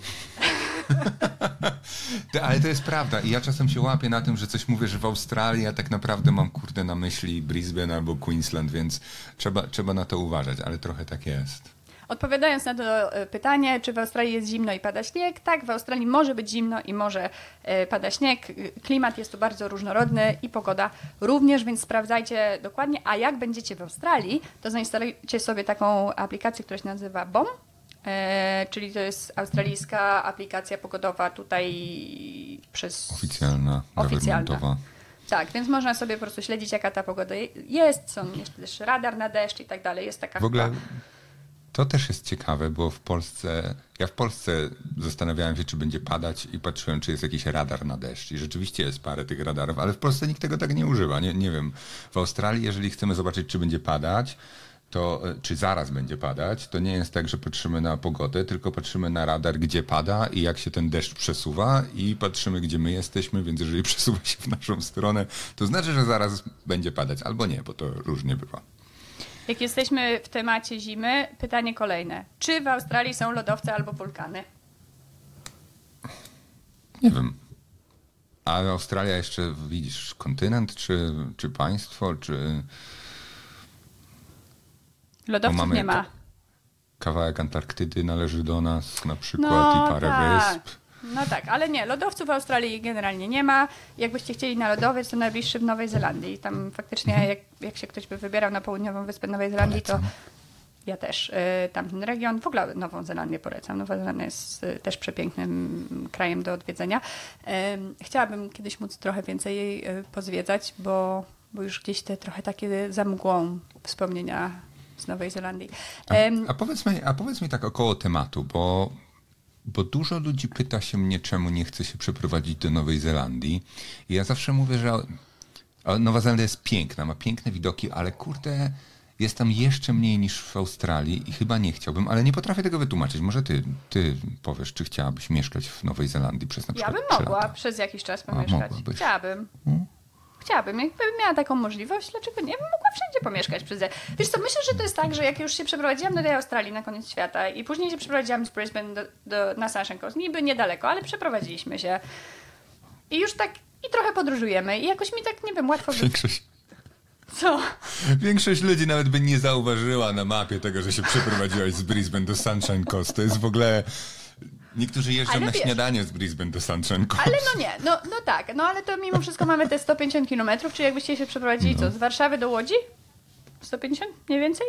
Ale to jest prawda i ja czasem się łapię na tym, że coś mówię, że w Australii, a tak naprawdę mam na myśli Brisbane albo Queensland, więc trzeba na to uważać, ale trochę tak jest. Odpowiadając na to pytanie, czy w Australii jest zimno i pada śnieg, tak, w Australii może być zimno i może pada śnieg. Klimat jest tu bardzo różnorodny i pogoda również, więc sprawdzajcie dokładnie. A jak będziecie w Australii, to zainstalujcie sobie taką aplikację, która się nazywa BOM, czyli to jest australijska aplikacja pogodowa tutaj przez... Oficjalna. Tak, więc można sobie po prostu śledzić, jaka ta pogoda jest. Są jeszcze też radar na deszcz i tak dalej. Jest taka w ogóle to też jest ciekawe, bo ja w Polsce zastanawiałem się, czy będzie padać i patrzyłem, czy jest jakiś radar na deszcz. I rzeczywiście jest parę tych radarów, ale w Polsce nikt tego tak nie używa. Nie wiem, w Australii, jeżeli chcemy zobaczyć, czy będzie padać, to czy zaraz będzie padać, to nie jest tak, że patrzymy na pogodę, tylko patrzymy na radar, gdzie pada i jak się ten deszcz przesuwa i patrzymy, gdzie my jesteśmy, więc jeżeli przesuwa się w naszą stronę, to znaczy, że zaraz będzie padać, albo nie, bo to różnie bywa. Jak jesteśmy w temacie zimy, pytanie kolejne. Czy w Australii są lodowce albo wulkany? Nie wiem. A Australia jeszcze, widzisz, kontynent, czy państwo, czy... Lodowców nie ma. Kawałek Antarktydy należy do nas na przykład i parę wysp. No tak, ale nie, lodowców w Australii generalnie nie ma. Jakbyście chcieli na lodowiec, to najbliższy w Nowej Zelandii. Tam faktycznie jak się ktoś by wybierał na południową wyspę Nowej Zelandii, to ja też tamten region, w ogóle Nową Zelandię polecam. Nowa Zelandia jest też przepięknym krajem do odwiedzenia. Chciałabym kiedyś móc trochę więcej jej pozwiedzać, bo już gdzieś te trochę takie za mgłą wspomnienia z Nowej Zelandii. A powiedz mi tak około tematu, bo dużo ludzi pyta się mnie, czemu nie chce się przeprowadzić do Nowej Zelandii. I ja zawsze mówię, że Nowa Zelandia jest piękna, ma piękne widoki, ale kurde, jest tam jeszcze mniej niż w Australii i chyba nie chciałbym, ale nie potrafię tego wytłumaczyć. Może ty powiesz, czy chciałabyś mieszkać w Nowej Zelandii przez na przykład 3 lata? Ja bym mogła przez jakiś czas pomieszkać. Chciałabym. Jakbym miała taką możliwość, dlaczego nie? Bym mogła wszędzie pomieszkać Wiesz co, myślę, że to jest tak, że jak już się przeprowadziłam do tej Australii na koniec świata i później się przeprowadziłam z Brisbane na Sunshine Coast, niby niedaleko, ale przeprowadziliśmy się. I już tak, i trochę podróżujemy. I jakoś mi tak, nie wiem, łatwo... Co? Większość ludzi nawet by nie zauważyła na mapie tego, że się przeprowadziłaś z Brisbane do Sunshine Coast. To jest w ogóle... Niektórzy jeżdżą na śniadanie z Brisbane do Sunshine Coast. Ale no nie, no tak, no ale to mimo wszystko mamy te 150 kilometrów, czy jakbyście się przeprowadzili z Warszawy do Łodzi? 150? Mniej więcej?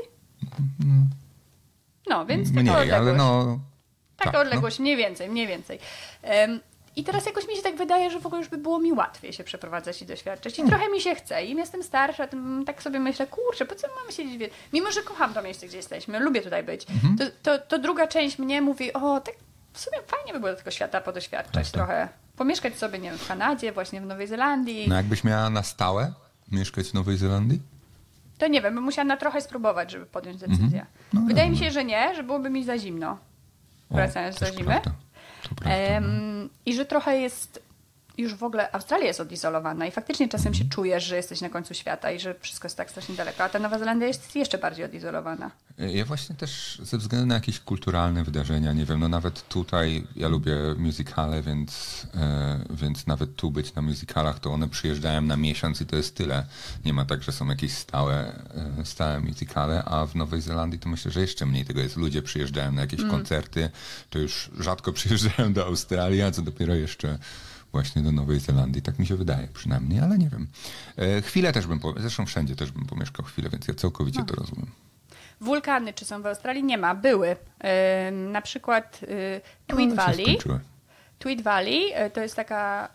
No, więc taka odległość. Ale no... Taka odległość, mniej więcej. I teraz jakoś mi się tak wydaje, że w ogóle już by było mi łatwiej się przeprowadzać i doświadczyć. I trochę mi się chce. Im jestem starsza, tym tak sobie myślę, kurczę, po co mamy siedzieć... Mimo, że kocham to miejsce, gdzie jesteśmy, lubię tutaj być, to druga część mnie mówi, tak w sumie fajnie by było do tego świata podoświadczać trochę. Pomieszkać sobie, nie wiem, w Kanadzie, właśnie w Nowej Zelandii. No jakbyś miała na stałe mieszkać w Nowej Zelandii? To nie wiem, bym musiała na trochę spróbować, żeby podjąć decyzję. Wydaje mi się, że nie, że byłoby mi za zimno. Wracając do zimy. I że trochę jest już w ogóle Australia jest odizolowana i faktycznie czasem się czujesz, że jesteś na końcu świata i że wszystko jest tak strasznie daleko, a ta Nowa Zelandia jest jeszcze bardziej odizolowana. Ja właśnie też ze względu na jakieś kulturalne wydarzenia, nie wiem, no nawet tutaj ja lubię musicale, więc nawet tu być na musicalach, to one przyjeżdżają na miesiąc i to jest tyle. Nie ma tak, że są jakieś stałe musicale, a w Nowej Zelandii to myślę, że jeszcze mniej tego jest. Ludzie przyjeżdżają na jakieś koncerty, to już rzadko przyjeżdżają do Australii, a co dopiero jeszcze właśnie do Nowej Zelandii. Tak mi się wydaje przynajmniej, ale nie wiem. Chwilę też zresztą wszędzie też bym pomieszkał chwilę, więc ja całkowicie to rozumiem. Wulkany, czy są w Australii? Nie ma. Były. Na przykład Tweed Valley. Tweed Valley to jest taka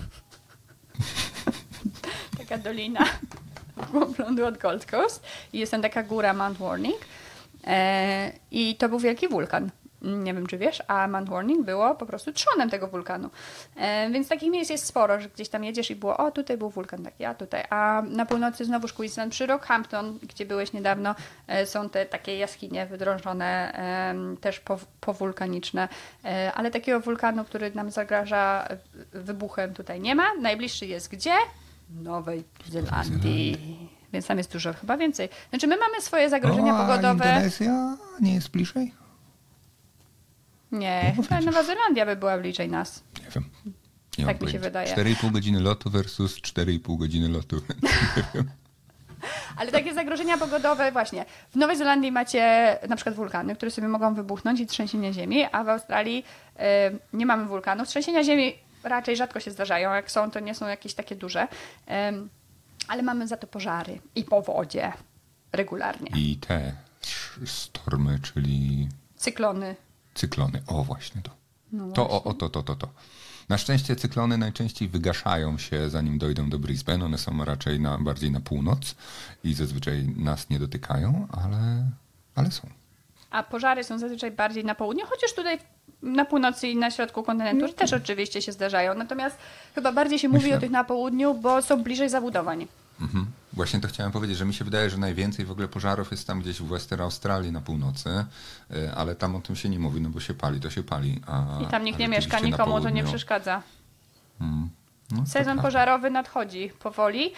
dolina w głąb lądu od Gold Coast i jest tam taka góra Mount Warning i to był wielki wulkan. Nie wiem, czy wiesz, a Mount Warning było po prostu trzonem tego wulkanu. Więc takich miejsc jest sporo, że gdzieś tam jedziesz i było, tutaj był wulkan, tak, ja tutaj. A na północy znowuż Queensland, przy Rockhampton, gdzie byłeś niedawno, są te takie jaskinie wydrążone, też powulkaniczne. Ale takiego wulkanu, który nam zagraża wybuchem, tutaj nie ma. Najbliższy jest gdzie? Nowej Zelandii. Więc tam jest dużo, chyba więcej. Znaczy my mamy swoje zagrożenia pogodowe. A Indonezja nie jest bliżej? Nie, chyba Nowa Zelandia by była bliżej nas. Nie wiem. Nie tak mi się wydaje. 4,5 godziny lotu versus 4,5 godziny lotu. Nie wiem. Ale takie zagrożenia pogodowe właśnie. W Nowej Zelandii macie na przykład wulkany, które sobie mogą wybuchnąć i trzęsienia ziemi, a w Australii nie mamy wulkanów. Trzęsienia ziemi raczej rzadko się zdarzają. Jak są, to nie są jakieś takie duże. Ale mamy za to pożary i powodzie regularnie. I te stormy, czyli... Cyklony, o właśnie to. No właśnie. To. Na szczęście cyklony najczęściej wygaszają się, zanim dojdą do Brisbane. One są raczej bardziej na północ i zazwyczaj nas nie dotykają, ale są. A pożary są zazwyczaj bardziej na południu, chociaż tutaj na północy i na środku kontynentu też oczywiście się zdarzają. Natomiast chyba bardziej się mówi o tych na południu, bo są bliżej zabudowań. Mhm. Właśnie to chciałem powiedzieć, że mi się wydaje, że najwięcej w ogóle pożarów jest tam gdzieś w Western Australii na północy, ale tam o tym się nie mówi, no bo się pali, to się pali. I tam nikt nie mieszka, nikomu to nie przeszkadza. No, sezon pożarowy nadchodzi powoli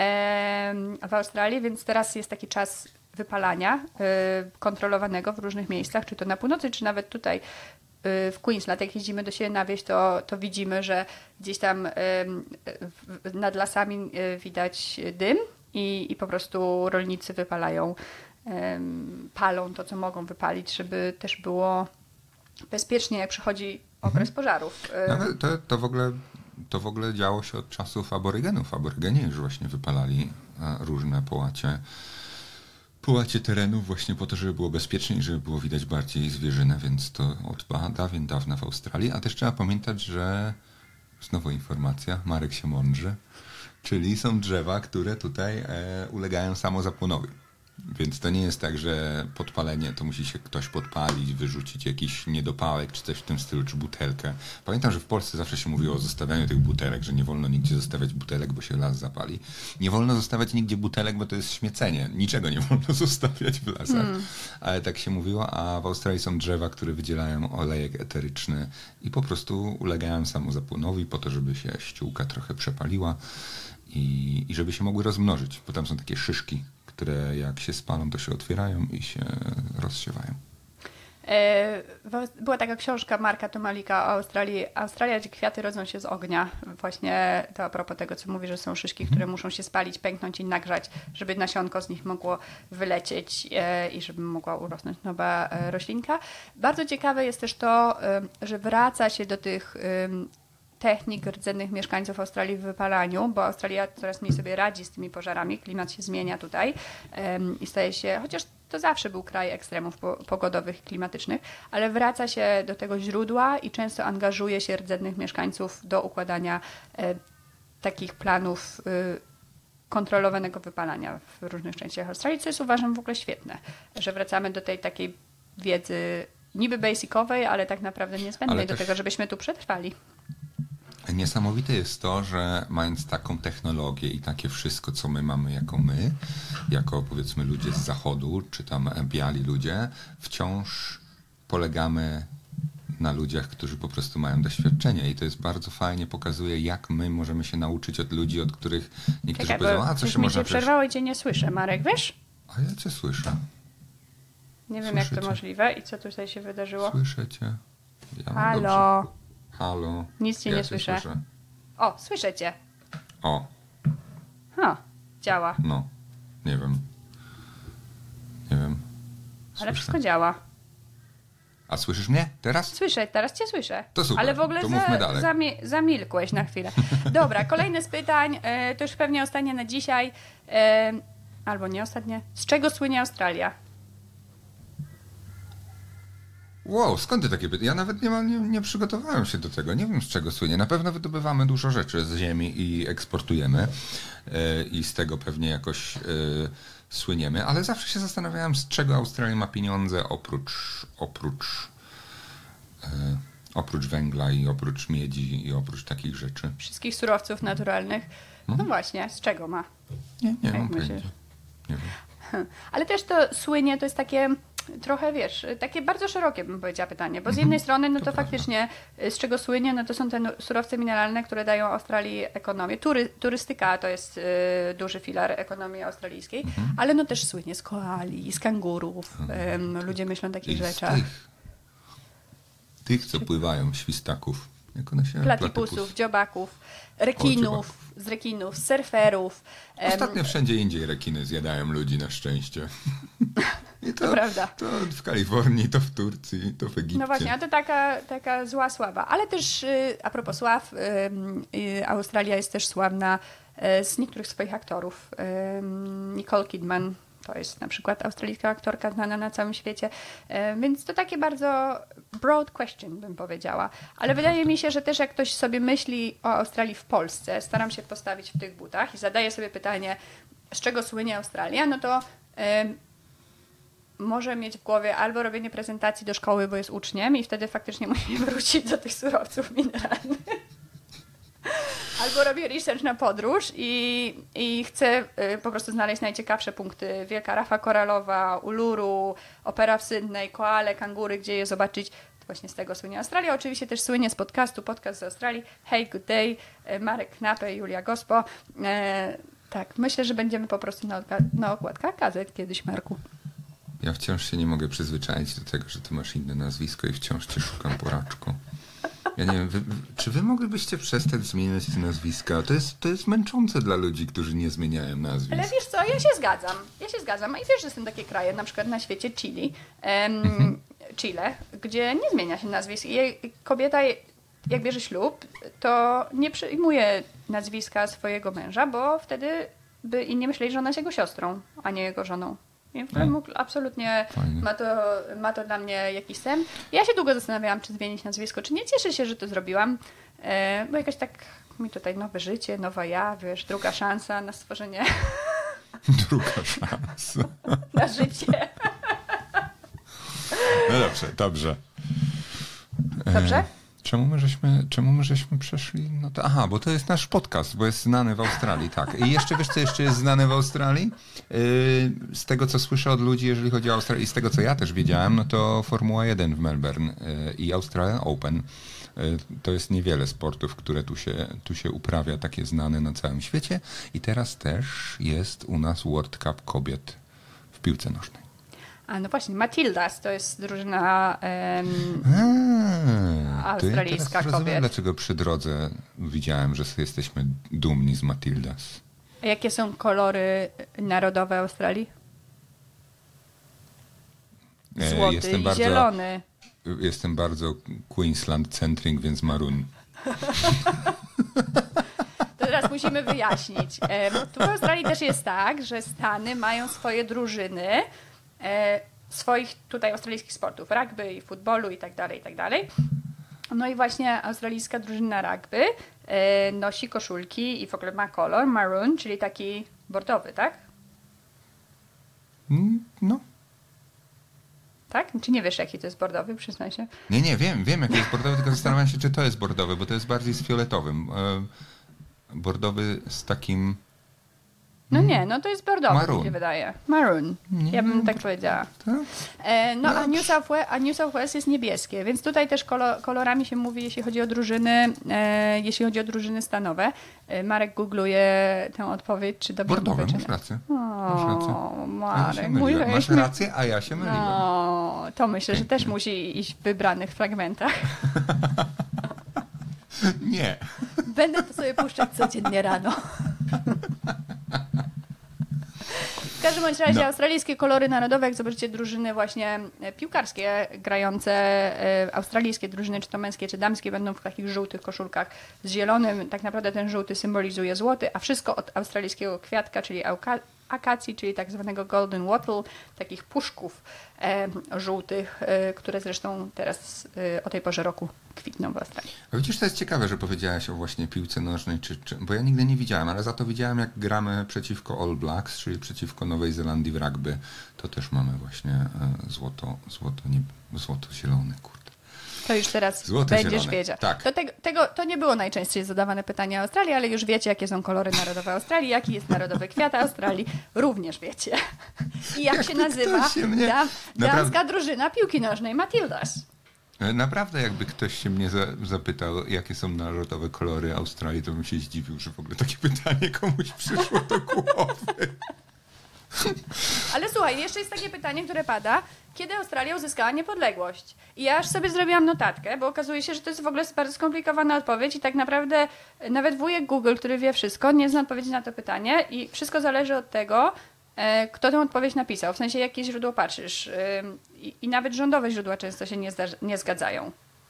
w Australii, więc teraz jest taki czas wypalania kontrolowanego w różnych miejscach, czy to na północy, czy nawet tutaj w Queensland. Jak jeździmy do siebie na wieś, to widzimy, że gdzieś tam nad lasami widać dym i po prostu rolnicy wypalają, palą to, co mogą wypalić, żeby też było bezpiecznie, jak przychodzi okres pożarów. To w ogóle działo się od czasów aborygenów. Aborygeni już właśnie wypalali różne połacie terenów właśnie po to, żeby było bezpiecznie i żeby było widać bardziej zwierzynę, więc to od dawien dawna w Australii. A też trzeba pamiętać, że znowu informacja, Marek się mądrzy, czyli są drzewa, które tutaj ulegają samozapłonowi. Więc to nie jest tak, że podpalenie to musi się ktoś podpalić, wyrzucić jakiś niedopałek czy coś w tym stylu, czy butelkę. Pamiętam, że w Polsce zawsze się mówiło o zostawianiu tych butelek, że nie wolno nigdzie zostawiać butelek, bo się las zapali. Nie wolno zostawiać nigdzie butelek, bo to jest śmiecenie. Niczego nie wolno zostawiać w lasach. Ale tak się mówiło, a w Australii są drzewa, które wydzielają olejek eteryczny i po prostu ulegają samozapłonowi po to, żeby się ściółka trochę przepaliła i żeby się mogły rozmnożyć, bo tam są takie szyszki, które jak się spalą, to się otwierają i się rozsiewają. Była taka książka Marka Tomalika o Australii. Australia, gdzie kwiaty rodzą się z ognia. Właśnie to a propos tego, co mówi, że są szyszki, które muszą się spalić, pęknąć i nagrzać, żeby nasionko z nich mogło wylecieć i żeby mogła urosnąć nowa roślinka. Bardzo ciekawe jest też to, że wraca się do tych technik rdzennych mieszkańców Australii w wypalaniu, bo Australia coraz mniej sobie radzi z tymi pożarami, klimat się zmienia tutaj i staje się, chociaż to zawsze był kraj ekstremów pogodowych i klimatycznych, ale wraca się do tego źródła i często angażuje się rdzennych mieszkańców do układania takich planów kontrolowanego wypalania w różnych częściach Australii, co jest uważam w ogóle świetne, że wracamy do tej takiej wiedzy niby basicowej, ale tak naprawdę niezbędnej do tego, żebyśmy tu przetrwali. Niesamowite jest to, że mając taką technologię i takie wszystko, co my mamy jako powiedzmy ludzie z zachodu, czy tam biali ludzie, wciąż polegamy na ludziach, którzy po prostu mają doświadczenie i to jest bardzo fajnie, pokazuje, jak my możemy się nauczyć od ludzi, od których niektórzy powiedzą, a co się można... mi się przerwało i cię nie słyszę, Marek, wiesz? A ja cię słyszę. Nie wiem, jak to możliwe i co tutaj się wydarzyło. Słyszę cię. Ja Halo. Dobrze. Halo. Nic cię nie słyszę. O, słyszę cię. O. Działa. No. Nie wiem. Słyszę. Ale wszystko działa. A słyszysz mnie teraz? Słyszę, teraz cię słyszę. To super, ale w ogóle to mówmy dalej. zamilkłeś na chwilę. Dobra, kolejne z pytań, to już pewnie ostatnie na dzisiaj, albo nie ostatnie. Z czego słynie Australia? Wow, skąd ty takie pytania? Ja nawet nie przygotowałem się do tego. Nie wiem, z czego słynie. Na pewno wydobywamy dużo rzeczy z ziemi i eksportujemy. I z tego pewnie jakoś słyniemy. Ale zawsze się zastanawiałem, z czego Australia ma pieniądze oprócz węgla i oprócz miedzi i oprócz takich rzeczy. Wszystkich surowców naturalnych. No właśnie, z czego ma? Nie mam pojęcia. Nie wiem. Ale też to słynie, to jest takie... Trochę, wiesz, takie bardzo szerokie bym powiedziała pytanie, bo z jednej strony, no to faktycznie z czego słynie, no to są te surowce mineralne, które dają Australii ekonomię. Turystyka to jest duży filar ekonomii australijskiej, ale no też słynie z koali, z kangurów. Ludzie myślą o takich rzeczach. Tych, co pływają, świstaków. Jak one się... Platypusów, dziobaków, rekinów, z rekinów, z surferów. Ostatnio wszędzie indziej rekiny zjadają ludzi na szczęście. I to prawda. To w Kalifornii, to w Turcji, to w Egipcie. No właśnie, a to taka zła sława. Ale też a propos sław, Australia jest też sławna z niektórych swoich aktorów. Nicole Kidman to jest na przykład australijska aktorka znana na całym świecie. Więc to takie bardzo broad question, bym powiedziała. Ale wydaje mi się, że też jak ktoś sobie myśli o Australii w Polsce, staram się postawić w tych butach i zadaję sobie pytanie, z czego słynie Australia, no to może mieć w głowie albo robienie prezentacji do szkoły, bo jest uczniem i wtedy faktycznie musi wrócić do tych surowców mineralnych. Albo robię research na podróż i chcę po prostu znaleźć najciekawsze punkty. Wielka Rafa Koralowa, Uluru, Opera w Sydney, koale, kangury, gdzie je zobaczyć. To właśnie z tego słynie Australia. Oczywiście też słynie z podcast z Australii. Hey, good day. Marek Knape, Julia Gospo. Tak, myślę, że będziemy po prostu na okładkach gazet kiedyś, Marku. Ja wciąż się nie mogę przyzwyczaić do tego, że ty masz inne nazwisko i wciąż cię szukam po raczku. Ja nie wiem, czy wy moglibyście przestać zmieniać te nazwiska? To jest męczące dla ludzi, którzy nie zmieniają nazwisk. Ale wiesz co, ja się zgadzam. I wiesz, że są takie kraje, na przykład na świecie Chile, gdzie nie zmienia się nazwisk. I kobieta, jak bierze ślub, to nie przyjmuje nazwiska swojego męża, bo wtedy by inni myśleli, że ona jest jego siostrą, a nie jego żoną. Absolutnie ma to dla mnie jakiś sen. Ja się długo zastanawiałam, czy zmienić nazwisko, czy nie. Cieszę się, że to zrobiłam, bo jakoś tak mi tutaj nowe życie, nowa ja, wiesz, druga szansa na stworzenie... Druga szansa. Na życie. No dobrze. Dobrze? Czemu my żeśmy przeszli? No to, bo to jest nasz podcast, bo jest znany w Australii, tak. I jeszcze wiesz, co jeszcze jest znane w Australii? Z tego, co słyszę od ludzi, jeżeli chodzi o Australię i z tego, co ja też wiedziałem, no to Formuła 1 w Melbourne i Australian Open. To jest niewiele sportów, które tu się uprawia, takie znane na całym świecie. I teraz też jest u nas World Cup kobiet w piłce nożnej. A no właśnie, Matildas to jest drużyna australijska kobiet. Rozumiem, dlaczego przy drodze widziałem, że jesteśmy dumni z Matildas. A jakie są kolory narodowe Australii? Złoty i zielony. Jestem bardzo Queensland-centric, więc maroon. To teraz musimy wyjaśnić. Tu w Australii też jest tak, że Stany mają swoje drużyny, swoich tutaj australijskich sportów, rugby i futbolu i tak dalej. No i właśnie australijska drużyna rugby nosi koszulki i w ogóle ma kolor maroon, czyli taki bordowy, tak? No. Tak? Czy nie wiesz, jaki to jest bordowy? Przyznaj się. Nie, wiem, jaki jest bordowy, tylko zastanawiam się, czy to jest bordowy, bo to jest bardziej z fioletowym. Bordowy z takim... No nie, no to jest bordowy, Maroon. mi się wydaje. Maroon. Ja bym tak powiedziała. Tak? No a New South Wales jest niebieskie, więc tutaj też kolorami się mówi, jeśli chodzi o drużyny stanowe. Marek googluje tę odpowiedź, czy dobrze Bordowe, mówię, czy masz nie. rację. Masz rację. Marek, Masz rację, a ja się myliłem. No, to myślę, że też musi iść w wybranych fragmentach. Nie. Będę to sobie puszczać codziennie rano. W każdym bądź razie australijskie kolory narodowe, jak zobaczycie drużyny właśnie piłkarskie grające, australijskie drużyny, czy to męskie, czy damskie, będą w takich żółtych koszulkach z zielonym. Tak naprawdę ten żółty symbolizuje złoty, a wszystko od australijskiego kwiatka, czyli akacji, czyli tak zwanego golden wattle, takich puszków żółtych, które zresztą teraz o tej porze roku kwitną w Australii. A widzisz, to jest ciekawe, że powiedziałaś o właśnie piłce nożnej, bo ja nigdy nie widziałem, ale za to widziałem, jak gramy przeciwko All Blacks, czyli przeciwko Nowej Zelandii w rugby. To też mamy właśnie złoto-zielony, kurde. To już teraz będziesz wiedział. Tak. To nie było najczęściej zadawane pytanie o Australii, ale już wiecie, jakie są kolory narodowe Australii, jaki jest narodowy kwiat Australii. Również wiecie. I jak się nazywa damska drużyna piłki nożnej Matildas. Naprawdę, jakby ktoś się mnie zapytał, jakie są narodowe kolory Australii, to bym się zdziwił, że w ogóle takie pytanie komuś przyszło do głowy. Ale słuchaj, jeszcze jest takie pytanie, które pada. Kiedy Australia uzyskała niepodległość? I ja aż sobie zrobiłam notatkę, bo okazuje się, że to jest w ogóle bardzo skomplikowana odpowiedź i tak naprawdę nawet wujek Google, który wie wszystko, nie zna odpowiedzi na to pytanie i wszystko zależy od tego, kto tę odpowiedź napisał. W sensie, jakie źródło patrzysz. I nawet rządowe źródła często się nie zgadzają.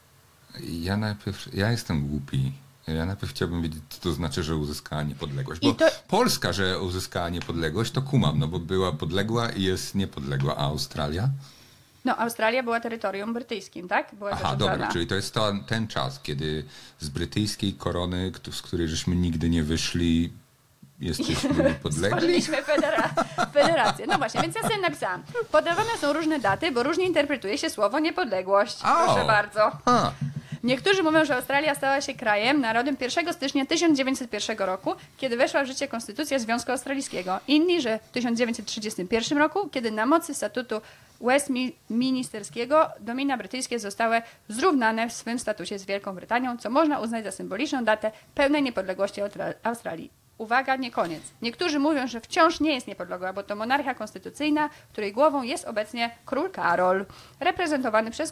Ja jestem głupi. Ja najpierw chciałbym wiedzieć, co to znaczy, że uzyskała niepodległość. Bo Polska, że uzyskała niepodległość, to kumam, no bo była podległa i jest niepodległa, a Australia? No, Australia była terytorium brytyjskim, tak? Aha, dobra, czyli to jest ten czas, kiedy z brytyjskiej korony, z której żeśmy nigdy nie wyszli, jesteśmy niepodlegli. Stworzyliśmy federację. No właśnie, więc ja sobie napisałam. Podawane są różne daty, bo różnie interpretuje się słowo niepodległość. Proszę bardzo. Niektórzy mówią, że Australia stała się krajem narodem 1 stycznia 1901 roku, kiedy weszła w życie Konstytucja Związku Australijskiego. Inni, że w 1931 roku, kiedy na mocy statutu Westminsterskiego domina brytyjskie zostały zrównane w swym statusie z Wielką Brytanią, co można uznać za symboliczną datę pełnej niepodległości Australii. Uwaga, nie koniec. Niektórzy mówią, że wciąż nie jest niepodległa, bo to monarchia konstytucyjna, której głową jest obecnie król Karol, reprezentowany przez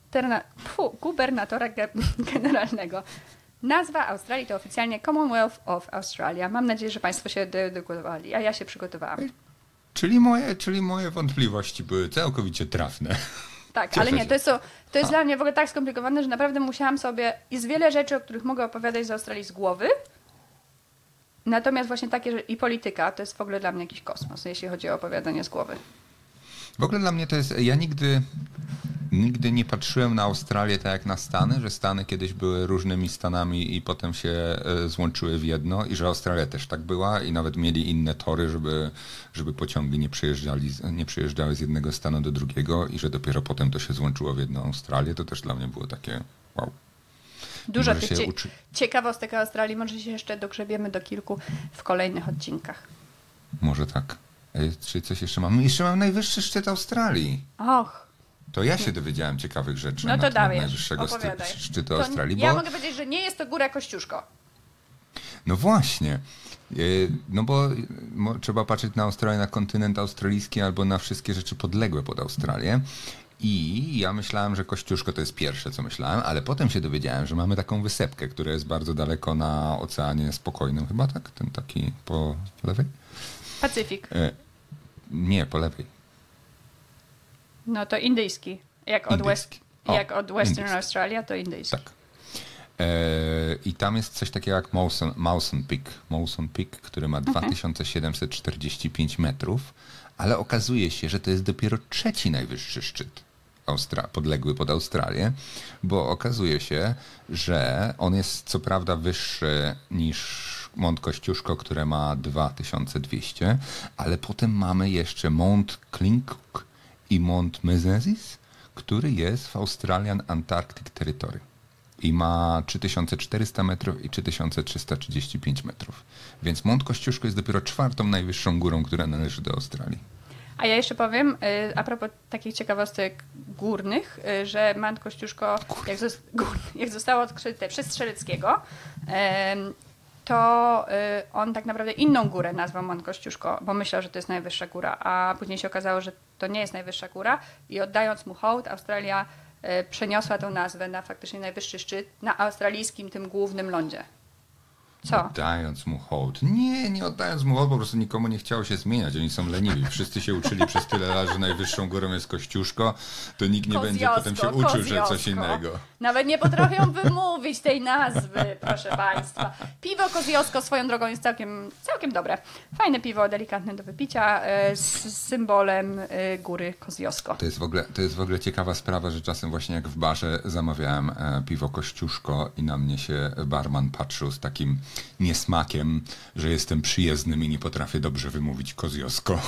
gubernatora generalnego. Nazwa Australii to oficjalnie Commonwealth of Australia. Mam nadzieję, że Państwo się dedykowali, a ja się przygotowałam. Czyli moje wątpliwości były całkowicie trafne. Tak, ale nie, to jest dla mnie w ogóle tak skomplikowane, że naprawdę musiałam sobie... Jest wiele rzeczy, o których mogę opowiadać z Australii z głowy. Natomiast właśnie takie, że i polityka, to jest w ogóle dla mnie jakiś kosmos, jeśli chodzi o opowiadanie z głowy. W ogóle dla mnie to jest... Ja nigdy nie patrzyłem na Australię tak jak na Stany, że Stany kiedyś były różnymi stanami i potem się złączyły w jedno i że Australia też tak była i nawet mieli inne tory, żeby pociągi nie przejeżdżały z jednego stanu do drugiego i że dopiero potem to się złączyło w jedną Australię. To też dla mnie było takie wow. Dużo tych ciekawostek o Australii. Może się jeszcze dogrzebiemy do kilku w kolejnych odcinkach. Może tak. Czy coś jeszcze mam? Jeszcze mam najwyższy szczyt Australii. Och. To ja się dowiedziałem ciekawych rzeczy na temat najwyższego szczytu Australii. Ja mogę powiedzieć, że nie jest to góra Kościuszko. No właśnie. No bo trzeba patrzeć na Australię, na kontynent australijski albo na wszystkie rzeczy podległe pod Australię. I ja myślałem, że Kościuszko to jest pierwsze, co myślałem, ale potem się dowiedziałem, że mamy taką wysepkę, która jest bardzo daleko na Oceanie Spokojnym. Chyba tak? Ten taki po lewej? Pacyfik. Nie, po lewej. No to indyjski. Jak od Western Australia, to indyjski. Tak. I tam jest coś takiego jak Mawson Peak, który ma 2745 metrów, ale okazuje się, że to jest dopiero trzeci najwyższy szczyt podległy pod Australię, bo okazuje się, że on jest co prawda wyższy niż Mount Kościuszko, które ma 2200, ale potem mamy jeszcze Mount Klincook i Mount Menzies, który jest w Australian Antarctic Territory. i ma 3400 metrów i 3335 metrów. Więc Mount Kościuszko jest dopiero 4. najwyższą górą, która należy do Australii. A ja jeszcze powiem, a propos takich ciekawostek górnych, że Mount Kościuszko, jak zostało odkryte przez Strzeleckiego, to on tak naprawdę inną górę nazwał Mount Kościuszko, bo myślał, że to jest najwyższa góra, a później się okazało, że to nie jest najwyższa góra i oddając mu hołd, Australia przeniosła tą nazwę na faktycznie najwyższy szczyt na australijskim tym głównym lądzie. Co? Oddając mu hołd. Nie oddając mu hołd, po prostu nikomu nie chciało się zmieniać. Oni są leniwi. Wszyscy się uczyli przez tyle lat, że najwyższą górą jest Kościuszko, to nikt nie będzie potem się uczył, że coś innego. Nawet nie potrafią wymówić tej nazwy, proszę Państwa. Piwo Koziosko swoją drogą jest całkiem dobre. Fajne piwo, delikatne do wypicia, z symbolem góry Koziosko. To jest w ogóle ciekawa sprawa, że czasem właśnie jak w barze zamawiałem piwo Kościuszko i na mnie się barman patrzył z takim niesmakiem, że jestem przyjezdnym i nie potrafię dobrze wymówić Koziosko.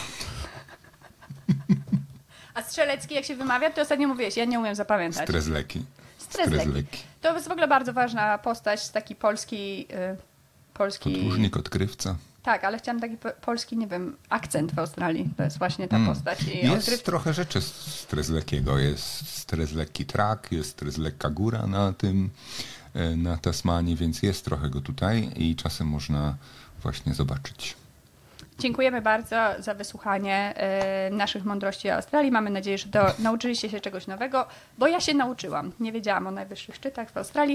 A Strzelecki jak się wymawia, to ostatnio mówiłeś, ja nie umiem zapamiętać. Strezleki. To jest w ogóle bardzo ważna postać, taki polski... Podróżnik, odkrywca. Tak, ale chciałam taki polski, nie wiem, akcent w Australii. To jest właśnie ta postać. Jest trochę rzeczy z Strezlekiego. Jest Strezleki Track, jest Strezleka Góra na Tasmanii, więc jest trochę go tutaj i czasem można właśnie zobaczyć. Dziękujemy bardzo za wysłuchanie naszych mądrości o Australii. Mamy nadzieję, że nauczyliście się czegoś nowego, bo ja się nauczyłam. Nie wiedziałam o najwyższych szczytach w Australii.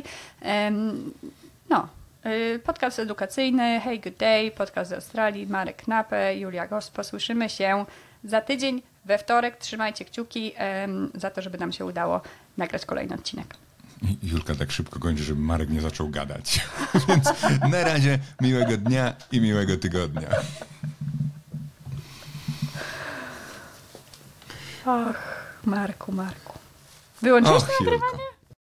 Podcast edukacyjny, Hey Good Day, podcast z Australii, Marek Knape, Julia Gospo. Słyszymy się za tydzień, we wtorek. Trzymajcie kciuki za to, żeby nam się udało nagrać kolejny odcinek. Julka tak szybko kończy, żeby Marek nie zaczął gadać. Więc na razie miłego dnia i miłego tygodnia. Och, Marku. Wyłączyłeś to nagrywanie?